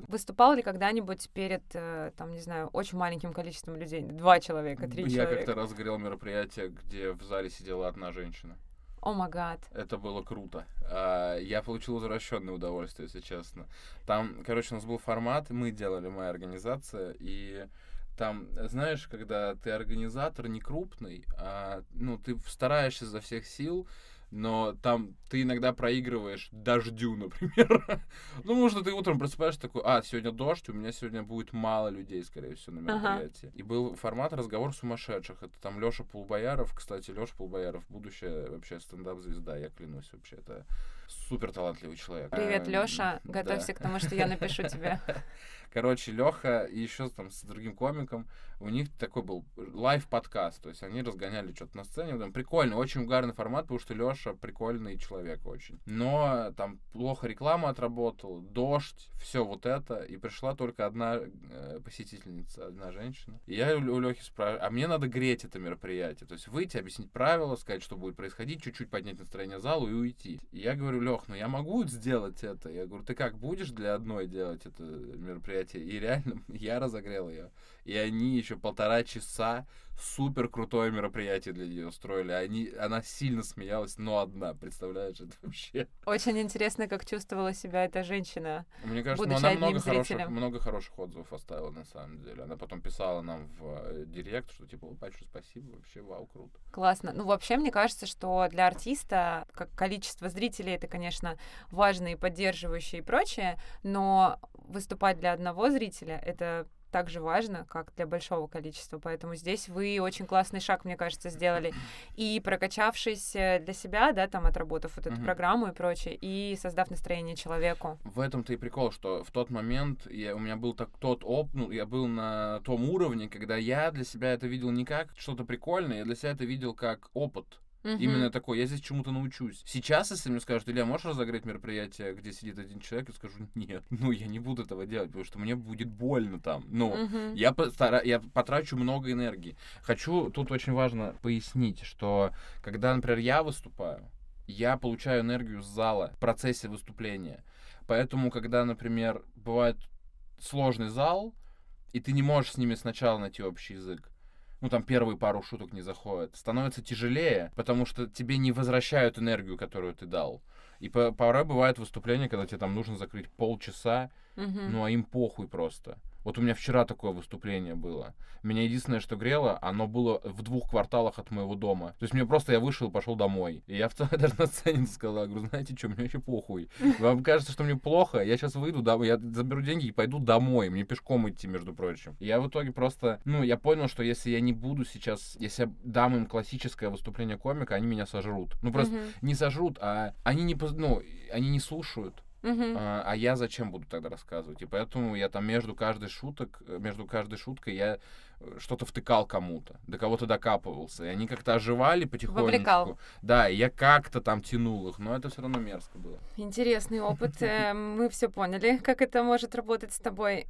Выступал ли когда-нибудь перед, там, не знаю, очень маленьким количеством людей? Два человека, три Я человека? Я как-то раз горел мероприятие, где в зале сидела одна женщина. О май гад. Это было круто. А, я получил возвращенное удовольствие, если честно. Там, короче, у нас был формат, мы делали, моя организация, и там, знаешь, когда ты организатор не крупный, а, ну, ты стараешься изо всех сил, но там ты иногда проигрываешь дождю, например. Ну, потому что ты утром просыпаешься такой, а, сегодня дождь, у меня сегодня будет мало людей, скорее всего, на мероприятии. Ага. И был формат «Разговор сумасшедших». Это там Лёша Полубояров. Кстати, Лёша Полубояров — будущая вообще стендап-звезда, я клянусь, вообще. Это супер талантливый человек. Привет, Лёша. Готовься да. к тому, что я напишу тебе. Короче, Лёха и еще там с другим комиком, у них такой был лайв-подкаст, то есть они разгоняли что-то на сцене. Там прикольный, очень угарный формат, потому что Лёша прикольный человек очень. Но там плохо рекламу отработал, дождь, все вот это, и пришла только одна э, посетительница, одна женщина. И я у Лёхи спрашиваю, а мне надо греть это мероприятие, то есть выйти, объяснить правила, сказать, что будет происходить, чуть-чуть поднять настроение залу и уйти. И я говорю, Лёх, ну я могу сделать это? Я говорю, ты как, будешь для одной делать это мероприятие? И реально я разогрел ее. И они еще полтора часа супер крутое мероприятие для нее устроили. Они, она сильно смеялась, но одна, представляешь, это вообще. Очень интересно, как чувствовала себя эта женщина. Мне кажется, ну, она много хороших, много хороших отзывов оставила на самом деле. Она потом писала нам в директ, что типа, большое спасибо, вообще вау, круто. Классно. Ну, вообще, мне кажется, что для артиста, как количество зрителей, это, конечно, важно и поддерживающее и прочее, но выступать для одного зрителя — это так же важно, как для большого количества. Поэтому здесь вы очень классный шаг, мне кажется, сделали. И прокачавшись для себя, да, там, отработав вот эту uh-huh. программу и прочее, и создав настроение человеку. В этом-то и прикол, что в тот момент я, у меня был так, тот оп, ну, я был на том уровне, когда я для себя это видел не как что-то прикольное, я для себя это видел как опыт. Uh-huh. Именно такой, я здесь чему-то научусь. Сейчас, если мне скажут, Илья, можешь разогреть мероприятие, где сидит один человек, я скажу, нет, ну, я не буду этого делать, потому что мне будет больно там. Ну, uh-huh. я, постара... я потрачу много энергии. Хочу, тут очень важно пояснить, что когда, например, я выступаю, я получаю энергию с зала в процессе выступления. Поэтому, когда, например, бывает сложный зал, и ты не можешь с ними сначала найти общий язык, ну, там первые пару шуток не заходят, становится тяжелее, потому что тебе не возвращают энергию, которую ты дал. И порой бывает выступление, когда тебе там нужно закрыть полчаса, uh-huh. ну, а им похуй просто. Вот у меня вчера такое выступление было. Меня единственное, что грело, оно было в двух кварталах от моего дома. То есть мне просто, я вышел и пошел домой. И я в целом даже на сцене сказал, говорю, знаете что, мне вообще похуй. Вам кажется, что мне плохо? Я сейчас выйду, домой, я заберу деньги и пойду домой. Мне пешком идти, между прочим. И я в итоге просто, ну, я понял, что если я не буду сейчас, если я дам им классическое выступление комика, они меня сожрут. Ну, просто uh-huh. не сожрут, а они не, ну, они не слушают. Uh-huh. А, а я зачем буду тогда рассказывать? И поэтому я там между каждой шуток, между каждой шуткой я что-то втыкал кому-то, до кого-то докапывался. И они как-то оживали потихонечку. Вовлекал. Да, и я как-то там тянул их, но это все равно мерзко было. Интересный опыт. Мы все поняли, как это может работать с тобой.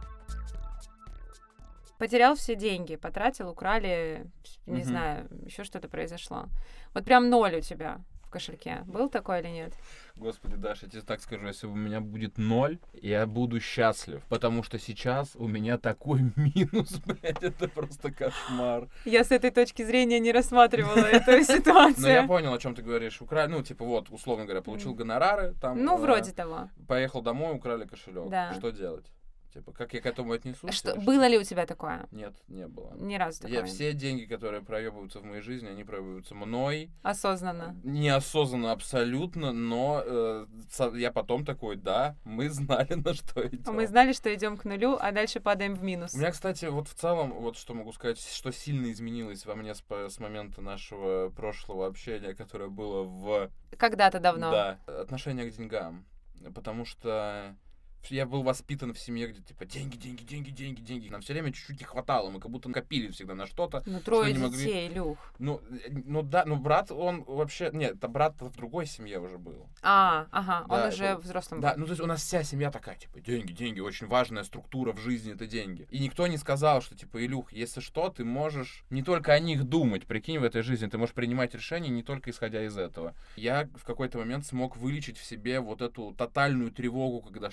Потерял все деньги, потратил, украли, не uh-huh. знаю, еще что-то произошло. Вот прям ноль у тебя в кошельке. Был такой или нет? Господи, Даша, я тебе так скажу, если у меня будет ноль, я буду счастлив, потому что сейчас у меня такой минус, блядь, это просто кошмар. Я с этой точки зрения не рассматривала эту ситуацию. Ну, я понял, о чем ты говоришь. Украли, ну, типа, вот, условно говоря, получил гонорары, там... Ну, вроде того. Поехал домой, украли кошелек. Да. Что делать? Типа, как я к этому отнесусь? Что, было ли у тебя такое? Нет, не было. Ни разу такое? Я, все деньги, которые проебываются в моей жизни, они проебываются мной. Осознанно? Неосознанно абсолютно, но э, я потом такой, да, мы знали, на что идем. Мы знали, что идем к нулю, а дальше падаем в минус. У меня, кстати, вот в целом, вот что могу сказать, что сильно изменилось во мне с, с момента нашего прошлого общения, которое было в... Когда-то давно. Да, отношение к деньгам. Потому что... Я был воспитан в семье, где типа деньги, деньги, деньги, деньги, деньги. Нам все время чуть-чуть не хватало, мы как будто накопили всегда на что-то. Ну, трое что детей, могли... Люх. Ну, ну да, ну брат, он вообще... Нет, это брат в другой семье уже был. А, ага, да, он уже это... взрослым да, был. ну то есть у нас вся семья такая, типа, деньги, деньги, очень важная структура в жизни — это деньги. И никто не сказал, что, типа, Илюх, если что, ты можешь не только о них думать, прикинь, в этой жизни, ты можешь принимать решения не только исходя из этого. Я в какой-то момент смог вылечить в себе вот эту тотальную тревогу, когда что-то не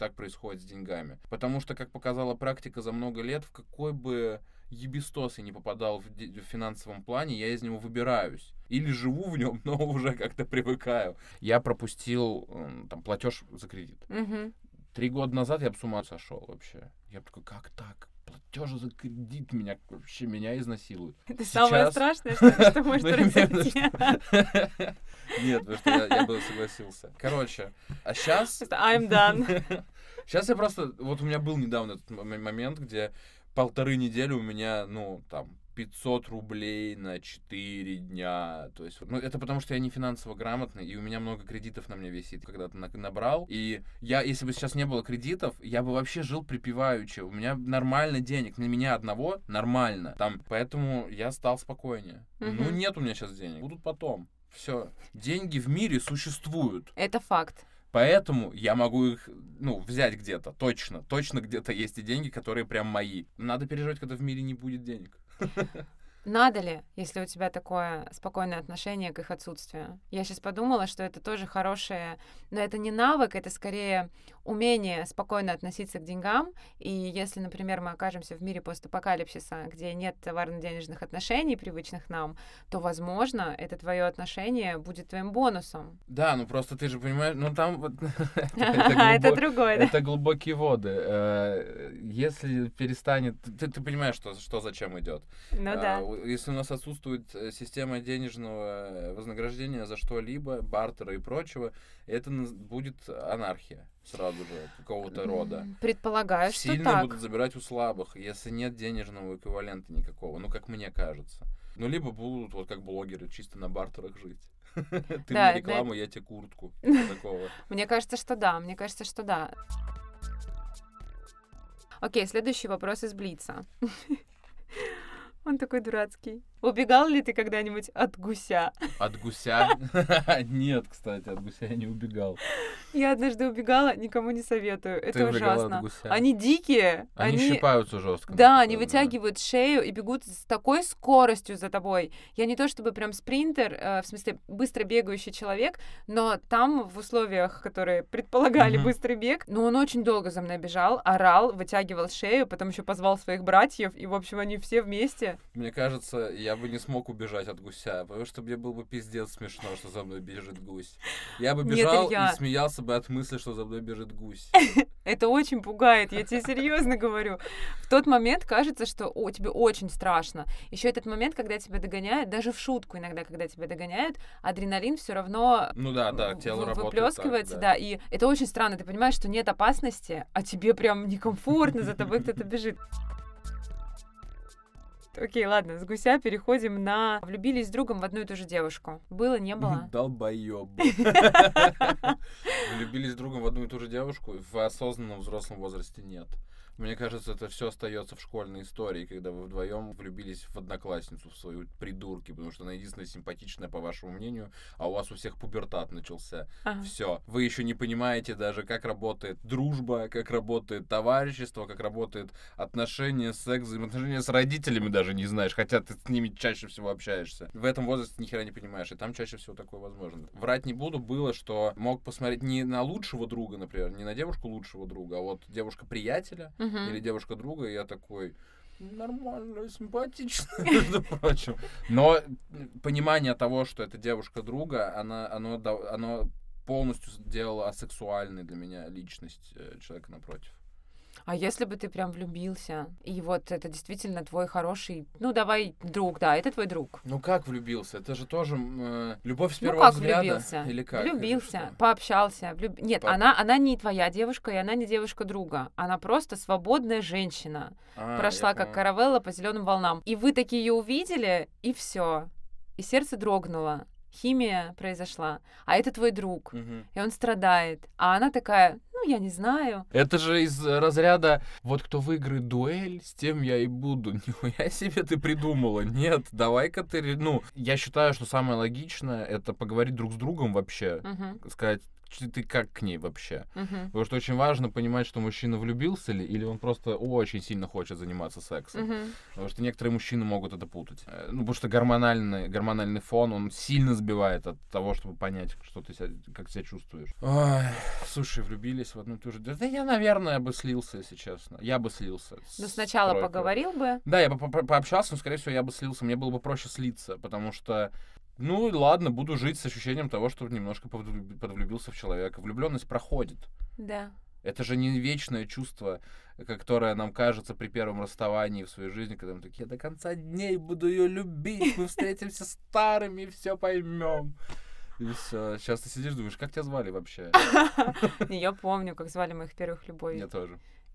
так происходит с деньгами. Потому что, как показала практика за много лет, в какой бы ебистос я не попадал в, де- в финансовом плане, я из него выбираюсь. Или живу в нем, но уже как-то привыкаю. Я пропустил м, там платеж за кредит. Мгм. Три года назад я бы с ума сошел вообще. Я бы такой, как так? Платежи за кредит меня вообще меня изнасилуют. Это самое Сейчас- страшное, что, что может Ну, именно произойти. что. Нет, потому что я, я бы согласился. Короче, а сейчас... Просто I'm done. Сейчас я просто... Вот у меня был недавно этот м- момент, где полторы недели у меня, ну, там, пятьсот рублей на четыре дня. То есть, ну, это потому, что я не финансово грамотный, и у меня много кредитов на мне висит. Когда-то на- набрал, и я, если бы сейчас не было кредитов, я бы вообще жил припеваючи. У меня нормально денег, на меня одного нормально. Там, поэтому я стал спокойнее. Ну, Мгм. нет у меня сейчас денег, будут потом. Все. Деньги в мире существуют. Это факт. Поэтому я могу их, ну, взять где-то, точно. Точно где-то есть и деньги, которые прям мои. Надо переживать, когда в мире не будет денег. Надо ли, если у тебя такое спокойное отношение к их отсутствию? Я сейчас подумала, что это тоже хорошее, но это не навык, это скорее умение спокойно относиться к деньгам. И если, например, мы окажемся в мире постапокалипсиса, где нет товарно-денежных отношений, привычных нам, то, возможно, это твое отношение будет твоим бонусом. Да, ну просто ты же понимаешь, ну там вот... Это другое, да? Это глубокие воды. Э, Если перестанет... Ты, ты понимаешь, что, что зачем идет. Ну да. А, у- Если у нас отсутствует э, система денежного вознаграждения за что-либо, бартера и прочего, это наз- будет анархия сразу же какого-то рода. М, Предполагаю, что Сильные так. будут забирать у слабых, если нет денежного эквивалента никакого, ну, как мне кажется. Ну, либо будут, вот как блогеры, чисто на бартерах жить. Ты Да, мне это- рекламу, я тебе куртку. Типа такого. Мне кажется, что да, мне кажется, что да. Окей, следующий вопрос из Блица. Он такой дурацкий. Убегал ли ты когда-нибудь от гуся? От гуся? Нет, кстати, от гуся я не убегал. Я однажды убегала, никому не советую. Это Ты убегала ужасно. от гуся? Они дикие. Они щипаются жестко. Да, насколько они я знаю. вытягивают шею и бегут с такой скоростью за тобой. Я не то чтобы прям спринтер, э, в смысле быстро бегающий человек, но там в условиях, которые предполагали Мгм. быстрый бег, но он очень долго за мной бежал, орал, вытягивал шею, потом еще позвал своих братьев, и, в общем, они все вместе. Мне кажется, я бы не смог убежать от гуся, потому что мне был бы пиздец смешно, что за мной бежит гусь. Я бы Нет, бежал Илья. и смеялся бы от мысли, что за мной бежит гусь. Это очень пугает, я тебе серьезно говорю. В тот момент кажется, что о, тебе очень страшно. Еще этот момент, когда тебя догоняют, даже в шутку иногда, когда тебя догоняют, адреналин все равно Ну да, да, в- тело в- работает выплескивается, так, да. И это очень странно. Ты понимаешь, что нет опасности, а тебе прям некомфортно, за тобой кто-то бежит. Окей, ладно, с гуся переходим на влюбились с другом в одну и ту же девушку. Было, не было? Долбоёб. Влюбились с другом в одну и ту же девушку, в осознанном взрослом возрасте нет. Мне кажется, это все остается в школьной истории, когда вы вдвоем влюбились в одноклассницу, в свою придурки, потому что она единственная симпатичная, по вашему мнению, а у вас у всех пубертат начался. Ага. Все. Вы еще не понимаете даже, как работает дружба, как работает товарищество, как работает отношения, секс, взаимоотношения с родителями даже не знаешь, хотя ты с ними чаще всего общаешься. В этом возрасте ни хера не понимаешь, и там чаще всего такое возможно. Врать не буду, было, что мог посмотреть не на лучшего друга, например, не на девушку лучшего друга, а вот девушка-приятеля, Мгм. или девушка друга, и я такой, нормально, симпатично, между прочим. Но понимание того, что это девушка друга, она, оно, да- оно полностью сделало асексуальной для меня личность э, человека напротив. А если бы ты прям влюбился, и вот это действительно твой хороший, ну давай друг, да, это твой друг. Ну как влюбился? Это же тоже м, э, любовь с Ну первого как взгляда? влюбился? Или как? Или Влюбился, что? пообщался. влюб- Нет, По- она, она не твоя девушка, и она не девушка друга. Она просто свободная женщина. А, Прошла я как понял. каравелла по зеленым волнам. И вы такие ее увидели, и все. И сердце дрогнуло. Химия произошла. А это твой друг. Мгм. И он страдает. А она такая, ну, я не знаю. Это же из разряда «вот кто выиграет дуэль, с тем я и буду». Нихуя себе ты придумала. Нет, давай-ка ты... ре- Ну, я считаю, что самое логичное — это поговорить друг с другом вообще. Мгм. Сказать, ты как к ней вообще. Uh-huh. Потому что очень важно понимать, что мужчина влюбился ли, или он просто очень сильно хочет заниматься сексом. Uh-huh. Потому что некоторые мужчины могут это путать. Ну, потому что гормональный, гормональный фон, он сильно сбивает от того, чтобы понять, что ты себя, как себя чувствуешь. Ой, слушай, влюбились в одну и ту же... Да я, наверное, бы слился, если честно. Я бы слился. Ну, сначала тройкой. Поговорил бы. Да, я бы по- пообщался, но, скорее всего, я бы слился. Мне было бы проще слиться, потому что, ну, ладно, буду жить с ощущением того, что немножко подвлюбился в человека. Влюбленность проходит. Да. Это же не вечное чувство, которое нам кажется при первом расставании в своей жизни, когда мы такие, я до конца дней буду ее любить, мы встретимся старыми и все поймем. И все. Сейчас ты сидишь, думаешь, как тебя звали вообще? Я помню, как звали моих первых любовей. Я тоже.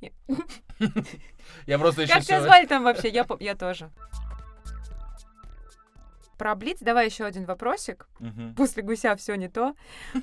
Я просто еще... Как тебя звали там вообще? Я, я тоже. Про Блиц давай еще один вопросик. Угу. После гуся все не то.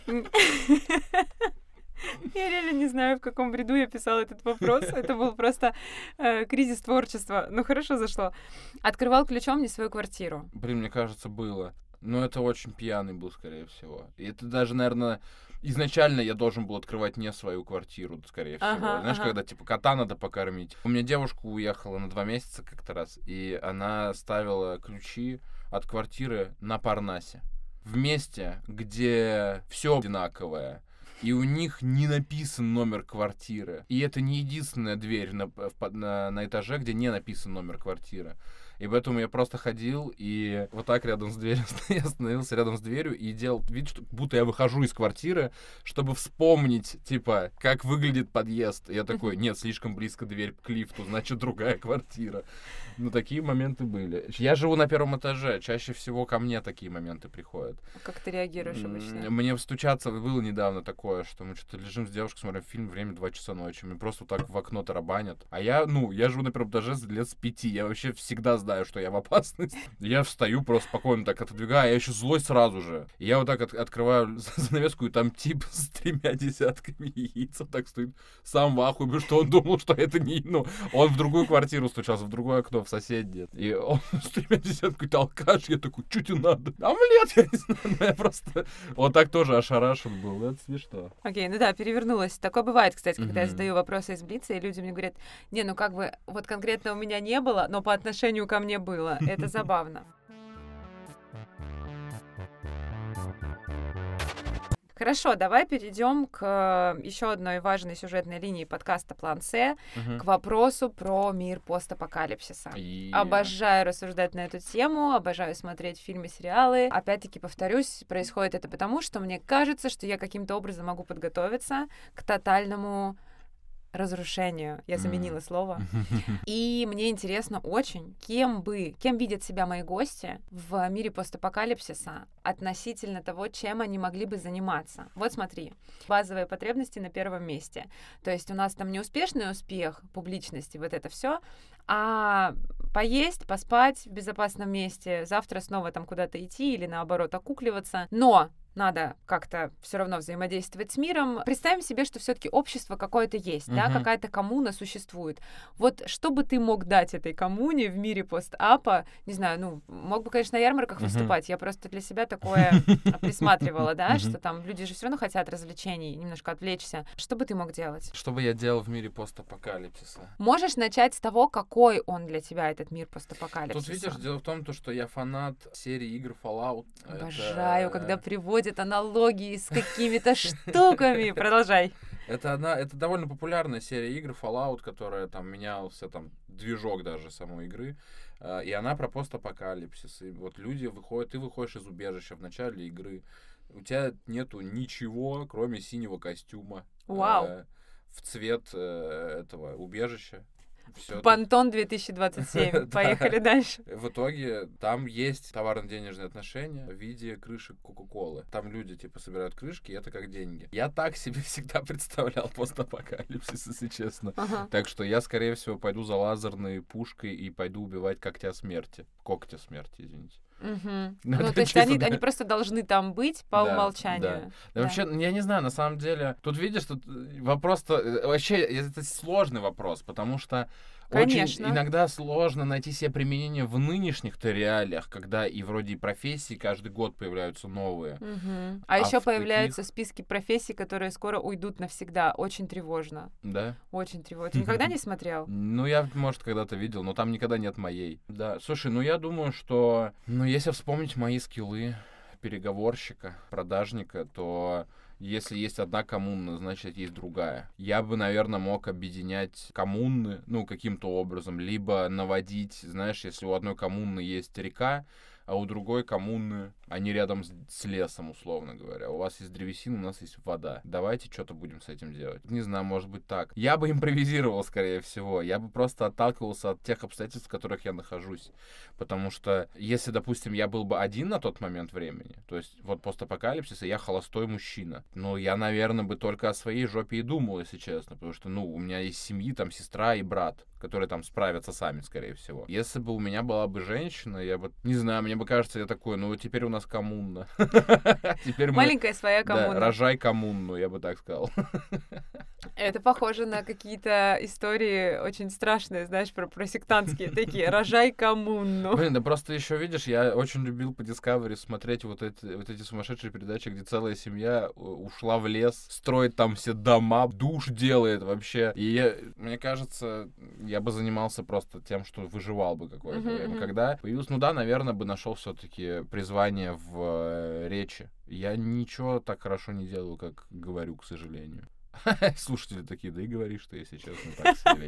Я реально не знаю, в каком бреду я писала этот вопрос. Это был просто э, кризис творчества. Ну, хорошо зашло. Открывал ключом не свою квартиру. Блин, мне кажется, было. Но это очень пьяный был, скорее всего. И это даже, наверное... Изначально я должен был открывать не свою квартиру, скорее всего. Ага, Знаешь, ага. когда, типа, кота надо покормить. У меня девушка уехала на два месяца как-то раз, и она ставила ключи от квартиры на Парнасе. В месте, где все одинаковое, и у них не написан номер квартиры. И это не единственная дверь на, на, на этаже, где не написан номер квартиры. И поэтому я просто ходил и вот так рядом с дверью я остановился рядом с дверью и делал вид, что будто я выхожу из квартиры, чтобы вспомнить, типа, как выглядит подъезд. И я такой, нет, слишком близко дверь к лифту, значит, другая квартира. Ну, такие моменты были. Я живу на первом этаже, чаще всего ко мне такие моменты приходят. Как ты реагируешь обычно? Мне стучаться было недавно такое, что мы что-то лежим с девушкой, смотрим фильм, время два часа ночи, мне просто вот так в окно тарабанят. А я, ну, я живу на первом этаже лет с пяти, я вообще всегда знаю, что я в опасности. Я встаю, просто спокойно так отодвигаю, а я еще злой сразу же. И я вот так от- открываю занавеску, и там тип с тремя десятками яиц вот так стоит, сам в ахуе, потому что он думал, что это не... Ну, он в другую квартиру стучался, в другое окно, в соседнее. И он с тремя десятками алкаш, я такой, что тебе надо? Омлет, я не знаю, я просто вот так тоже ошарашен был, это смешно. Окей, ну да, перевернулась. Такое бывает, кстати, когда я Мгм. задаю вопросы из Блица, и люди мне говорят, не, ну как бы, вот конкретно у меня не было, но по отношению ко мне было. Это забавно. Хорошо, давай перейдем к еще одной важной сюжетной линии подкаста «План С», Мгм. к вопросу про мир постапокалипсиса. И- Обожаю рассуждать на эту тему, обожаю смотреть фильмы, сериалы. Опять-таки, повторюсь, происходит это потому, что мне кажется, что я каким-то образом могу подготовиться к тотальному разрушению. Я заменила слово. И мне интересно очень, кем бы, кем видят себя мои гости в мире постапокалипсиса относительно того, чем они могли бы заниматься. Вот смотри, базовые потребности на первом месте. То есть у нас там не успешный успех публичности, вот это все, а поесть, поспать в безопасном месте, завтра снова там куда-то идти или наоборот окукливаться. Но надо как-то все равно взаимодействовать с миром. Представим себе, что все-таки общество какое-то есть, да, Мгм. какая-то коммуна существует. Вот что бы ты мог дать этой коммуне в мире постапа? Не знаю, ну, мог бы, конечно, на ярмарках Мгм. выступать. Я просто для себя такое присматривала, да, Мгм. что там люди же все равно хотят развлечений, немножко отвлечься. Что бы ты мог делать? Что бы я делал в мире постапокалипсиса? Можешь начать с того, какой он для тебя, этот мир постапокалипсиса. Тут, видишь, дело в том, то, что я фанат серии игр Fallout. Обожаю, Это- когда приводят аналогии с какими-то штуками. Продолжай. Это одна, это довольно популярная серия игр Fallout, которая там менялся там движок даже самой игры, э, и она про постапокалипсис. И вот люди выходят, ты выходишь из убежища в начале игры, у тебя нету ничего, кроме синего костюма. Вау. э, в цвет э, этого убежища. Всё это- Пантон две тысячи двадцать семь. Да. Поехали дальше. В итоге там есть товарно-денежные отношения в виде крышек Кока-Колы. Там люди, типа, собирают крышки, и это как деньги. Я так себе всегда представлял постапокалипсис, если честно. Ага. Так что я, скорее всего, пойду за лазерной пушкой и пойду убивать когтя смерти. Когтя смерти, извините. Мгм. Ну, Ну, это то есть чисто, они, да. они просто должны там быть по Да, умолчанию. Да, Да Да. вообще, я не знаю, на самом деле, тут видишь, тут вопрос-то, э, вообще, это сложный вопрос, потому что Конечно. Очень иногда сложно найти себе применение в нынешних-то реалиях, когда и вроде и профессии каждый год появляются новые. Угу. А, А еще в появляются таких- списки профессий, которые скоро уйдут навсегда. Очень тревожно. Да? Очень тревожно. Ты никогда не смотрел? Ну, я, может, когда-то видел, но там никогда нет моей. Да, слушай, ну я думаю, что... Ну, если вспомнить мои скиллы переговорщика, продажника, то если есть одна коммуна, значит, есть другая. Я бы, наверное, мог объединять коммуны, ну, каким-то образом, либо наводить, знаешь, если у одной коммуны есть река, а у другой коммуны, они рядом с, с лесом, условно говоря. У вас есть древесина, у нас есть вода. Давайте что-то будем с этим делать. Не знаю, может быть так. Я бы импровизировал, скорее всего. Я бы просто отталкивался от тех обстоятельств, в которых я нахожусь. Потому что, если, допустим, я был бы один на тот момент времени, то есть вот постапокалипсис, и я холостой мужчина, ну, я, наверное, бы только о своей жопе и думал, если честно. Потому что, ну, у меня есть семьи, там, сестра и брат, которые там справятся сами, скорее всего. Если бы у меня была бы женщина, я бы, не знаю, мне бы кажется, я такой, ну, теперь у нас коммуна. Теперь мы... Маленькая своя Да, коммуна. рожай коммуну, я бы так сказал. Это похоже на какие-то истории очень страшные, знаешь, про, про сектантские такие. Рожай коммуну. Блин, да просто еще видишь, я очень любил по Discovery смотреть вот эти, вот эти сумасшедшие передачи, где целая семья ушла в лес, строит там все дома, душ делает вообще. И я, мне кажется, я бы занимался просто тем, что выживал бы какое-то Мгм, время. мгм. Когда появился, ну да, наверное, бы нашел все-таки призвание в э, речи. Я ничего так хорошо не делаю, как говорю, к сожалению. Слушатели такие, да и говори, что, если честно, так себе.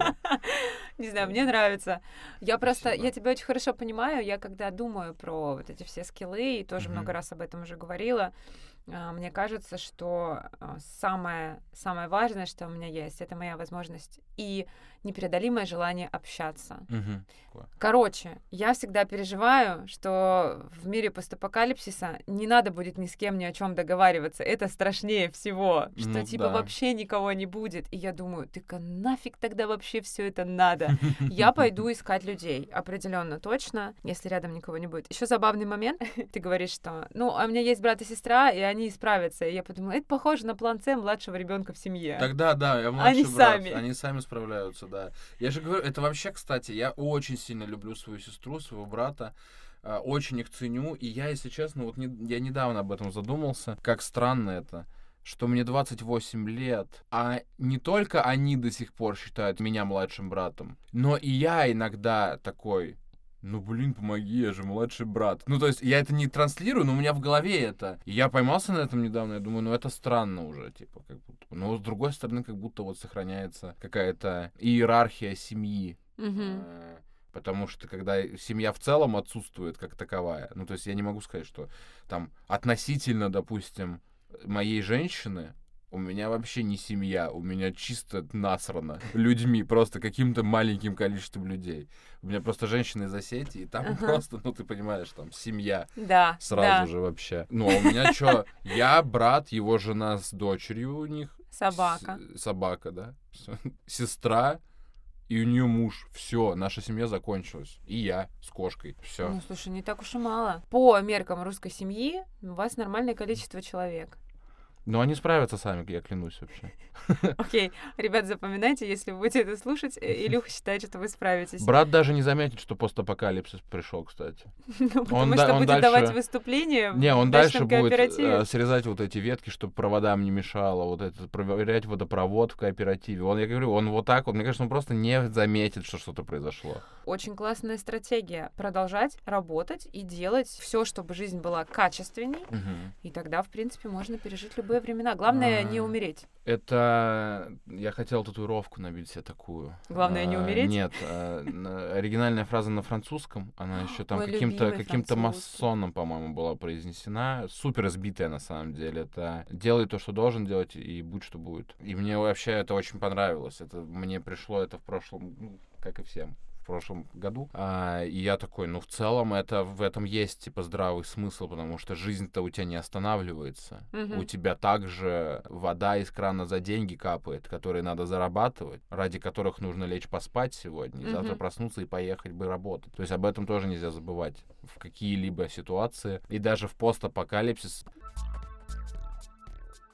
Не знаю, мне нравится. Я просто, Спасибо. я тебя очень хорошо понимаю. Я когда думаю про вот эти все скиллы, и тоже Мгм. много раз об этом уже говорила, а, мне кажется, что а, самое, самое важное, что у меня есть, это моя возможность и непреодолимое желание общаться. Мгм. Короче, я всегда переживаю, что в мире постапокалипсиса не надо будет ни с кем ни о чем договариваться. Это страшнее всего, что Ну типа да. вообще никого не будет. И я думаю, ты-ка нафиг тогда вообще все это надо? Я пойду искать людей, определенно, точно, если рядом никого не будет. Еще забавный момент. Ты говоришь, что, ну, а у меня есть брат и сестра, и они справятся. И я подумала, это похоже на план С младшего ребенка в семье. Тогда, да, я младший Они брат. сами. Они сами справляются, да. Я же говорю, это вообще, кстати, я очень сильно люблю свою сестру, своего брата. а, Очень их ценю. И я, если честно, вот не, я недавно об этом задумался. Как странно это, что мне двадцать восемь лет, а не только они до сих пор считают меня младшим братом, но и я иногда такой... Ну, блин, помоги, я же младший брат. Ну, то есть, я это не транслирую, но у меня в голове это. И я поймался на этом недавно, я думаю, ну, это странно уже, типа, как будто. Но, с другой стороны, как будто вот сохраняется какая-то иерархия семьи. Мгм. Э, Потому что, когда семья в целом отсутствует как таковая, ну, то есть, я не могу сказать, что там относительно, допустим, моей женщины, у меня вообще не семья, у меня чисто насрано людьми, просто каким-то маленьким количеством людей. У меня просто женщины из Осетии, и там Ага. просто, ну, ты понимаешь, там семья Да, сразу да. же вообще. Ну, а у меня что, я, брат, его жена с дочерью у них. Собака. с- собака, да. Всё. Сестра, и у нее муж. Все, наша семья закончилась. И я с кошкой. Все. Ну, слушай, не так уж и мало. По меркам русской семьи у вас нормальное количество человек. Но они справятся сами, я клянусь вообще. Окей, ребят, запоминайте, если вы будете это слушать, э, Илюха считает, что вы справитесь. Брат даже не заметит, что постапокалипсис пришел, кстати. Ну, потому Он что да- он будет дальше- давать выступление в Не, он дальше дачном будет кооперативе. э, срезать вот эти ветки, чтобы проводам не мешало, вот это, проверять водопровод в кооперативе. Он, я говорю, он вот так вот, мне кажется, он просто не заметит, что что-то произошло. Очень классная стратегия. Продолжать работать и делать все, чтобы жизнь была качественней. Мгм. И тогда, в принципе, можно пережить любые времена. Главное, не А. умереть. Это... Я хотел татуировку набить себе такую. Главное, не А, умереть? Нет. а, на- Оригинальная фраза на французском, она еще там Мой каким-то любимый каким-то французский. масоном, по-моему, была произнесена. Супер избитая, на самом деле. Это делай то, что должен делать, и будь, что будет. И мне вообще это очень понравилось. Это мне пришло это в прошлом, ну, как и всем. В прошлом году. А, и я такой, ну, в целом, это в этом есть, типа, здравый смысл, потому что жизнь-то у тебя не останавливается. Мгм. У тебя также вода из крана за деньги капает, которые надо зарабатывать, ради которых нужно лечь поспать сегодня, и завтра Мгм. проснуться и поехать бы работать. То есть об этом тоже нельзя забывать в какие-либо ситуации. И даже в постапокалипсис.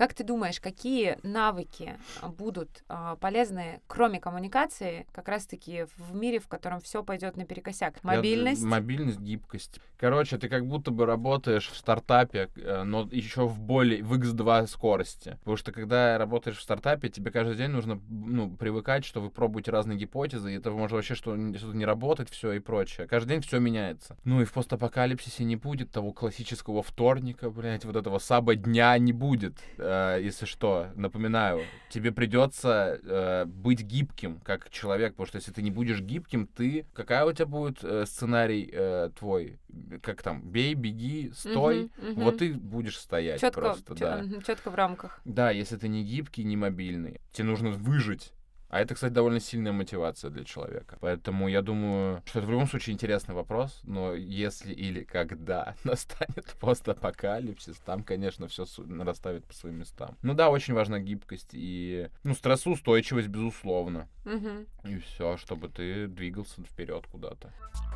Как ты думаешь, какие навыки будут а, полезны, кроме коммуникации, как раз-таки в мире, в котором все пойдет наперекосяк? Мобильность? Я, мобильность, гибкость. Короче, ты как будто бы работаешь в стартапе, но еще в более, в икс два скорости. Потому что когда работаешь в стартапе, тебе каждый день нужно, ну, привыкать, что вы пробуете разные гипотезы, и это может вообще что, что-то не работать, все и прочее. Каждый день все меняется. Ну и в постапокалипсисе не будет того классического вторника, блядь, вот этого саба дня не будет, э, если что. Напоминаю, тебе придется э, быть гибким как человек, потому что если ты не будешь гибким, ты... Какая у тебя будет э, сценарий э, твой? Как там? Бей, беги, стой. Мгм, мгм. Вот ты будешь стоять Чётко, просто, чё- да. мгм, чётко в рамках. Да, если ты не гибкий, не мобильный, тебе нужно выжить. А это, кстати, довольно сильная мотивация для человека. Поэтому я думаю, что это в любом случае интересный вопрос, но если или когда настанет постапокалипсис, там, конечно, все расставит по своим местам. Ну да, очень важна гибкость и, ну, стрессоустойчивость, безусловно. Мгм. И все, чтобы ты двигался вперед куда-то.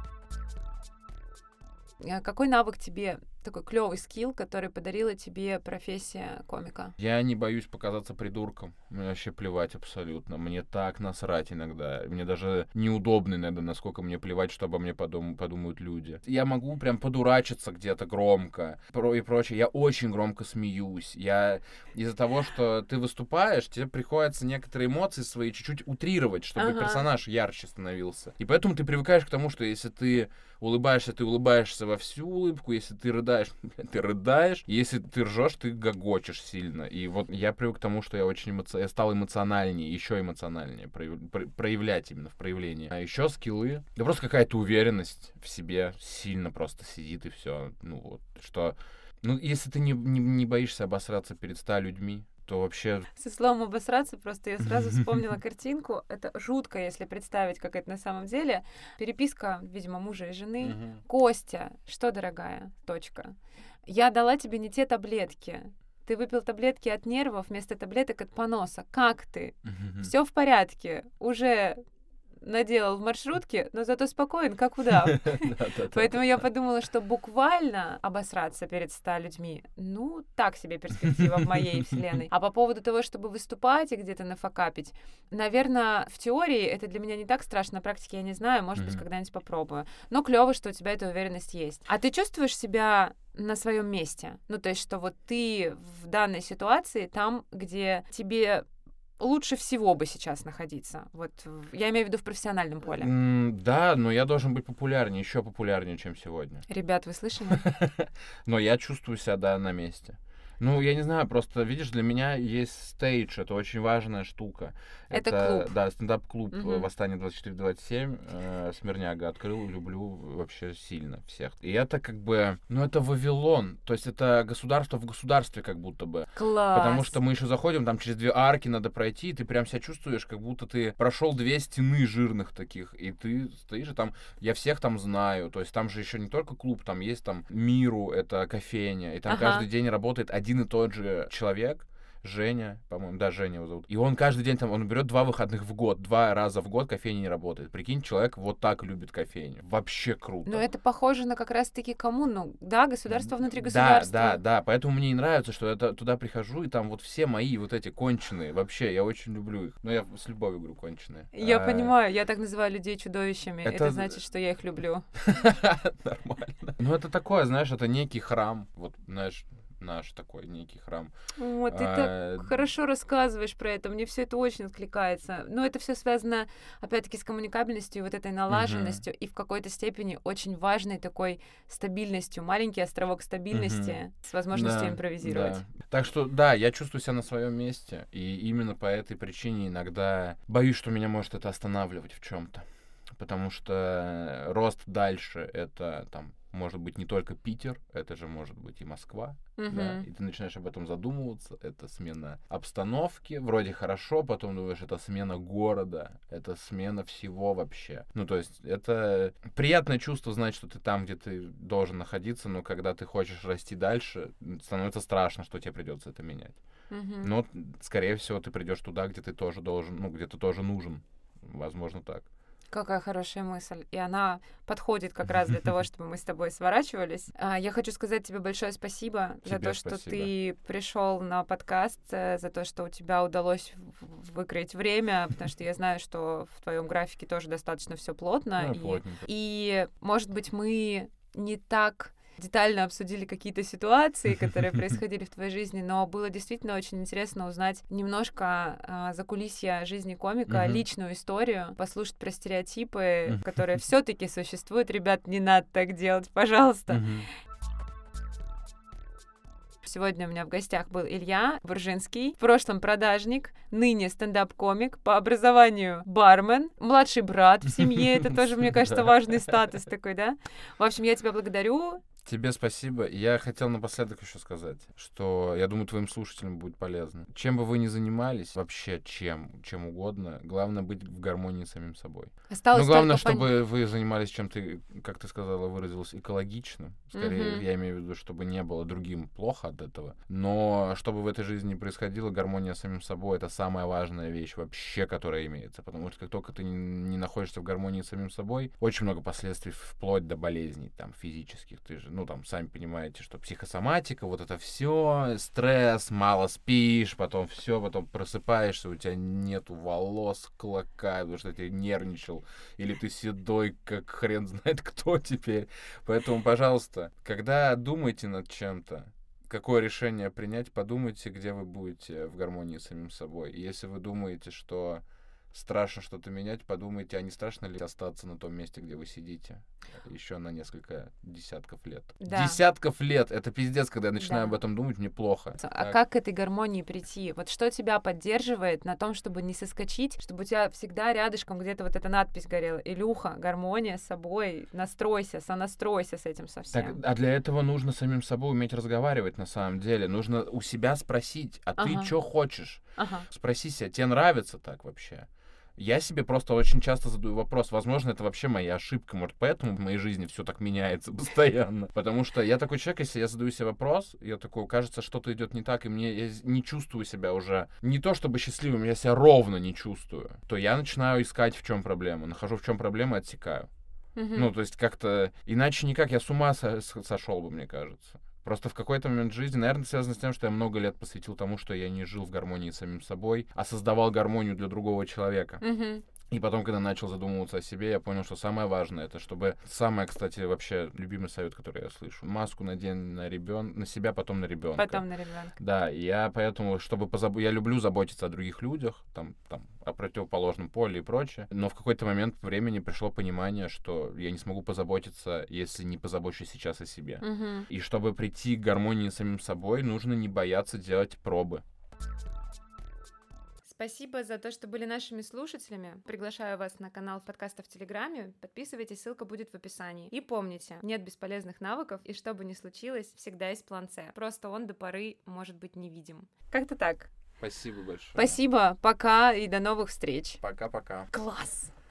А Какой навык тебе, такой клевый скилл, который подарила тебе профессия комика? Я не боюсь показаться придурком. Мне вообще плевать абсолютно. Мне так насрать иногда. Мне даже неудобно иногда, насколько мне плевать, что обо мне подум- подумают люди. Я могу прям подурачиться где-то громко про- и прочее. Я очень громко смеюсь. Я из-за того, что ты выступаешь, тебе приходится некоторые эмоции свои чуть-чуть утрировать, чтобы Ага. персонаж ярче становился. И поэтому ты привыкаешь к тому, что если ты улыбаешься, ты улыбаешься во всю улыбку. Если ты рыдаешь, ты рыдаешь. Если ты ржешь, ты гогочешь сильно. И вот я привык к тому, что я очень эмоци... я стал эмоциональнее, еще эмоциональнее прояв... про- проявлять именно в проявлении. А еще скиллы. Да просто какая-то уверенность в себе сильно просто сидит и все. Ну вот, что... Ну, если ты не, не, не боишься обосраться перед ста людьми, то вообще... Со словом обосраться, просто я сразу вспомнила картинку. Это жутко, если представить, как это на самом деле. Переписка, видимо, мужа и жены. Мгм. Костя, что, дорогая, точка. Я дала тебе не те таблетки. Ты выпил таблетки от нервов вместо таблеток от поноса. Как ты? Мгм. Все в порядке. Уже наделал в маршрутке, но зато спокоен, как удав. Да-да-да. Поэтому я подумала, что буквально обосраться перед ста людьми, ну, так себе перспектива в моей вселенной. А по поводу того, чтобы выступать и где-то нафакапить, наверное, в теории это для меня не так страшно, на практике я не знаю, может быть, Мгм. когда-нибудь попробую. Но клево, что у тебя эта уверенность есть. А ты чувствуешь себя на своем месте? Ну, то есть, что вот ты в данной ситуации там, где тебе лучше всего бы сейчас находиться. Вот в- я имею в виду в профессиональном поле. М, Да, но я должен быть популярнее, еще популярнее, чем сегодня. Ребят, вы слышали? Но я чувствую себя, да, на месте. Ну, я не знаю, просто, видишь, для меня есть стейдж, это очень важная штука. Это клуб. Да, стендап-клуб э, Мгм. «Восстание двадцать четыре двадцать семь», э, Смирняга открыл, люблю вообще сильно всех. И это как бы, ну, это Вавилон, то есть это государство в государстве как будто бы. Класс. Потому что мы еще заходим, там через две арки надо пройти, и ты прям себя чувствуешь, как будто ты прошел две стены жирных таких, и ты стоишь, и там, я всех там знаю, то есть там же еще не только клуб, там есть там Миру, это кофейня, и там Ага. каждый день работает один и тот же человек, Женя, по-моему, да, Женя его зовут. И он каждый день там, он берет два выходных в год, два раза в год кофейня не работает. Прикинь, человек вот так любит кофейню. Вообще круто. Но это похоже на как раз-таки коммуну, да, государство внутри Да, государства. да, да, поэтому мне и нравится, что я т- туда прихожу, и там вот все мои вот эти конченые, вообще, я очень люблю их. Но я с любовью говорю конченые. Я А, понимаю, я так называю людей чудовищами. Это... это- значит, что я их люблю. Нормально. Ну, это такое, знаешь, это некий храм. Вот, знаешь, наш такой некий храм. Вот, ты А, так хорошо рассказываешь про это, мне все это очень откликается. Но это все связано, опять-таки, с коммуникабельностью, вот этой налаженностью и в какой-то степени очень важной такой стабильностью, маленький островок стабильности с возможностью Да, импровизировать. да. Так что, да, я чувствую себя на своем месте, и именно по этой причине иногда боюсь, что меня может это останавливать в чем-то. Потому что рост дальше — это там может быть не только Питер, это же может быть и Москва, да, Мгм. и ты начинаешь об этом задумываться, это смена обстановки, вроде хорошо, потом думаешь, это смена города, это смена всего вообще. Ну, то есть это приятное чувство знать, что ты там, где ты должен находиться, но когда ты хочешь расти дальше, становится страшно, что тебе придется это менять. Мгм. Но, скорее всего, ты придешь туда, где ты тоже должен, ну, где ты тоже нужен. Возможно, так. Какая хорошая мысль. И она подходит как раз для того, чтобы мы с тобой сворачивались. Я хочу сказать тебе большое спасибо Тебе за то, что спасибо. ты пришел на подкаст, за то, что у тебя удалось выкроить время, потому что я знаю, что в твоем графике тоже достаточно все плотно. Ну, и, плотненько. и, может быть, мы не так детально обсудили какие-то ситуации, которые происходили в твоей жизни, но было действительно очень интересно узнать немножко а, закулисья жизни комика, Мгм. личную историю, послушать про стереотипы, Мгм. которые все-таки существуют. Ребят, не надо так делать, пожалуйста. Мгм. Сегодня у меня в гостях был Илья Буржинский, в прошлом продажник, ныне стендап-комик, по образованию бармен, младший брат в семье, это тоже, мне кажется, важный статус такой, да? В общем, я тебя благодарю. Тебе спасибо. Я хотел напоследок еще сказать, что я думаю, твоим слушателям будет полезно. Чем бы вы ни занимались, вообще чем, чем угодно, главное быть в гармонии с самим собой. Осталось Ну, главное, только пон- чтобы вы занимались чем-то, как ты сказала, выразилась, экологичным. Скорее, Мгм. я имею в виду, чтобы не было другим плохо от этого. Но чтобы в этой жизни не происходило, гармония с самим собой — это самая важная вещь вообще, которая имеется. Потому что как только ты не, не находишься в гармонии с самим собой, очень много последствий, вплоть до болезней там физических. Ты же, ну, там, сами понимаете, что психосоматика, вот это все, стресс, мало спишь, потом все, потом просыпаешься, у тебя нету волос, клока, потому что ты нервничал, или ты седой, как хрен знает кто теперь. Поэтому, пожалуйста, когда думаете над чем-то, какое решение принять, подумайте, где вы будете в гармонии с самим собой. И если вы думаете, что страшно что-то менять, подумайте, а не страшно ли остаться на том месте, где вы сидите, еще на несколько десятков лет. Да. Десятков лет! Это пиздец, когда я начинаю Да. об этом думать, мне плохо. А Так. как к этой гармонии прийти? Вот что тебя поддерживает на том, чтобы не соскочить, чтобы у тебя всегда рядышком где-то вот эта надпись горела: Илюха, гармония с собой, настройся, сонастройся с этим совсем. Так, а для этого нужно самим собой уметь разговаривать на самом деле. Нужно у себя спросить, а Ага. ты что хочешь? Ага. Спроси себя, тебе нравится так вообще? Я себе просто очень часто задаю вопрос, возможно, это вообще моя ошибка, может, поэтому в моей жизни все так меняется постоянно. Потому что я такой человек, если я задаю себе вопрос, я такой, кажется, что-то идет не так, и мне я не чувствую себя уже не то чтобы счастливым, я себя ровно не чувствую, то я начинаю искать, в чем проблема. Нахожу, в чем проблема, и отсекаю. Мгм. Ну, то есть как-то иначе никак я с ума со- с- сошел бы, мне кажется. Просто в какой-то момент жизни, наверное, связано с тем, что я много лет посвятил тому, что я не жил в гармонии с самим собой, а создавал гармонию для другого человека. Мгм. И потом, когда начал задумываться о себе, я понял, что самое важное, это чтобы... Самое, кстати, вообще любимый совет, который я слышу. Маску надень на ребен... на себя, потом на ребенка. Потом на ребенка. Да, и я поэтому, чтобы позаб... я люблю заботиться о других людях, там, там, о противоположном поле и прочее, но в какой-то момент времени пришло понимание, что я не смогу позаботиться, если не позабочусь сейчас о себе. Мгм. И чтобы прийти к гармонии с самим собой, нужно не бояться делать пробы. Спасибо за то, что были нашими слушателями. Приглашаю вас на канал подкаста в Телеграме. Подписывайтесь, ссылка будет в описании. И помните, нет бесполезных навыков, и что бы ни случилось, всегда есть план С. Просто он до поры может быть невидим. Как-то так. Спасибо большое. Спасибо, пока и до новых встреч. Пока-пока. Класс!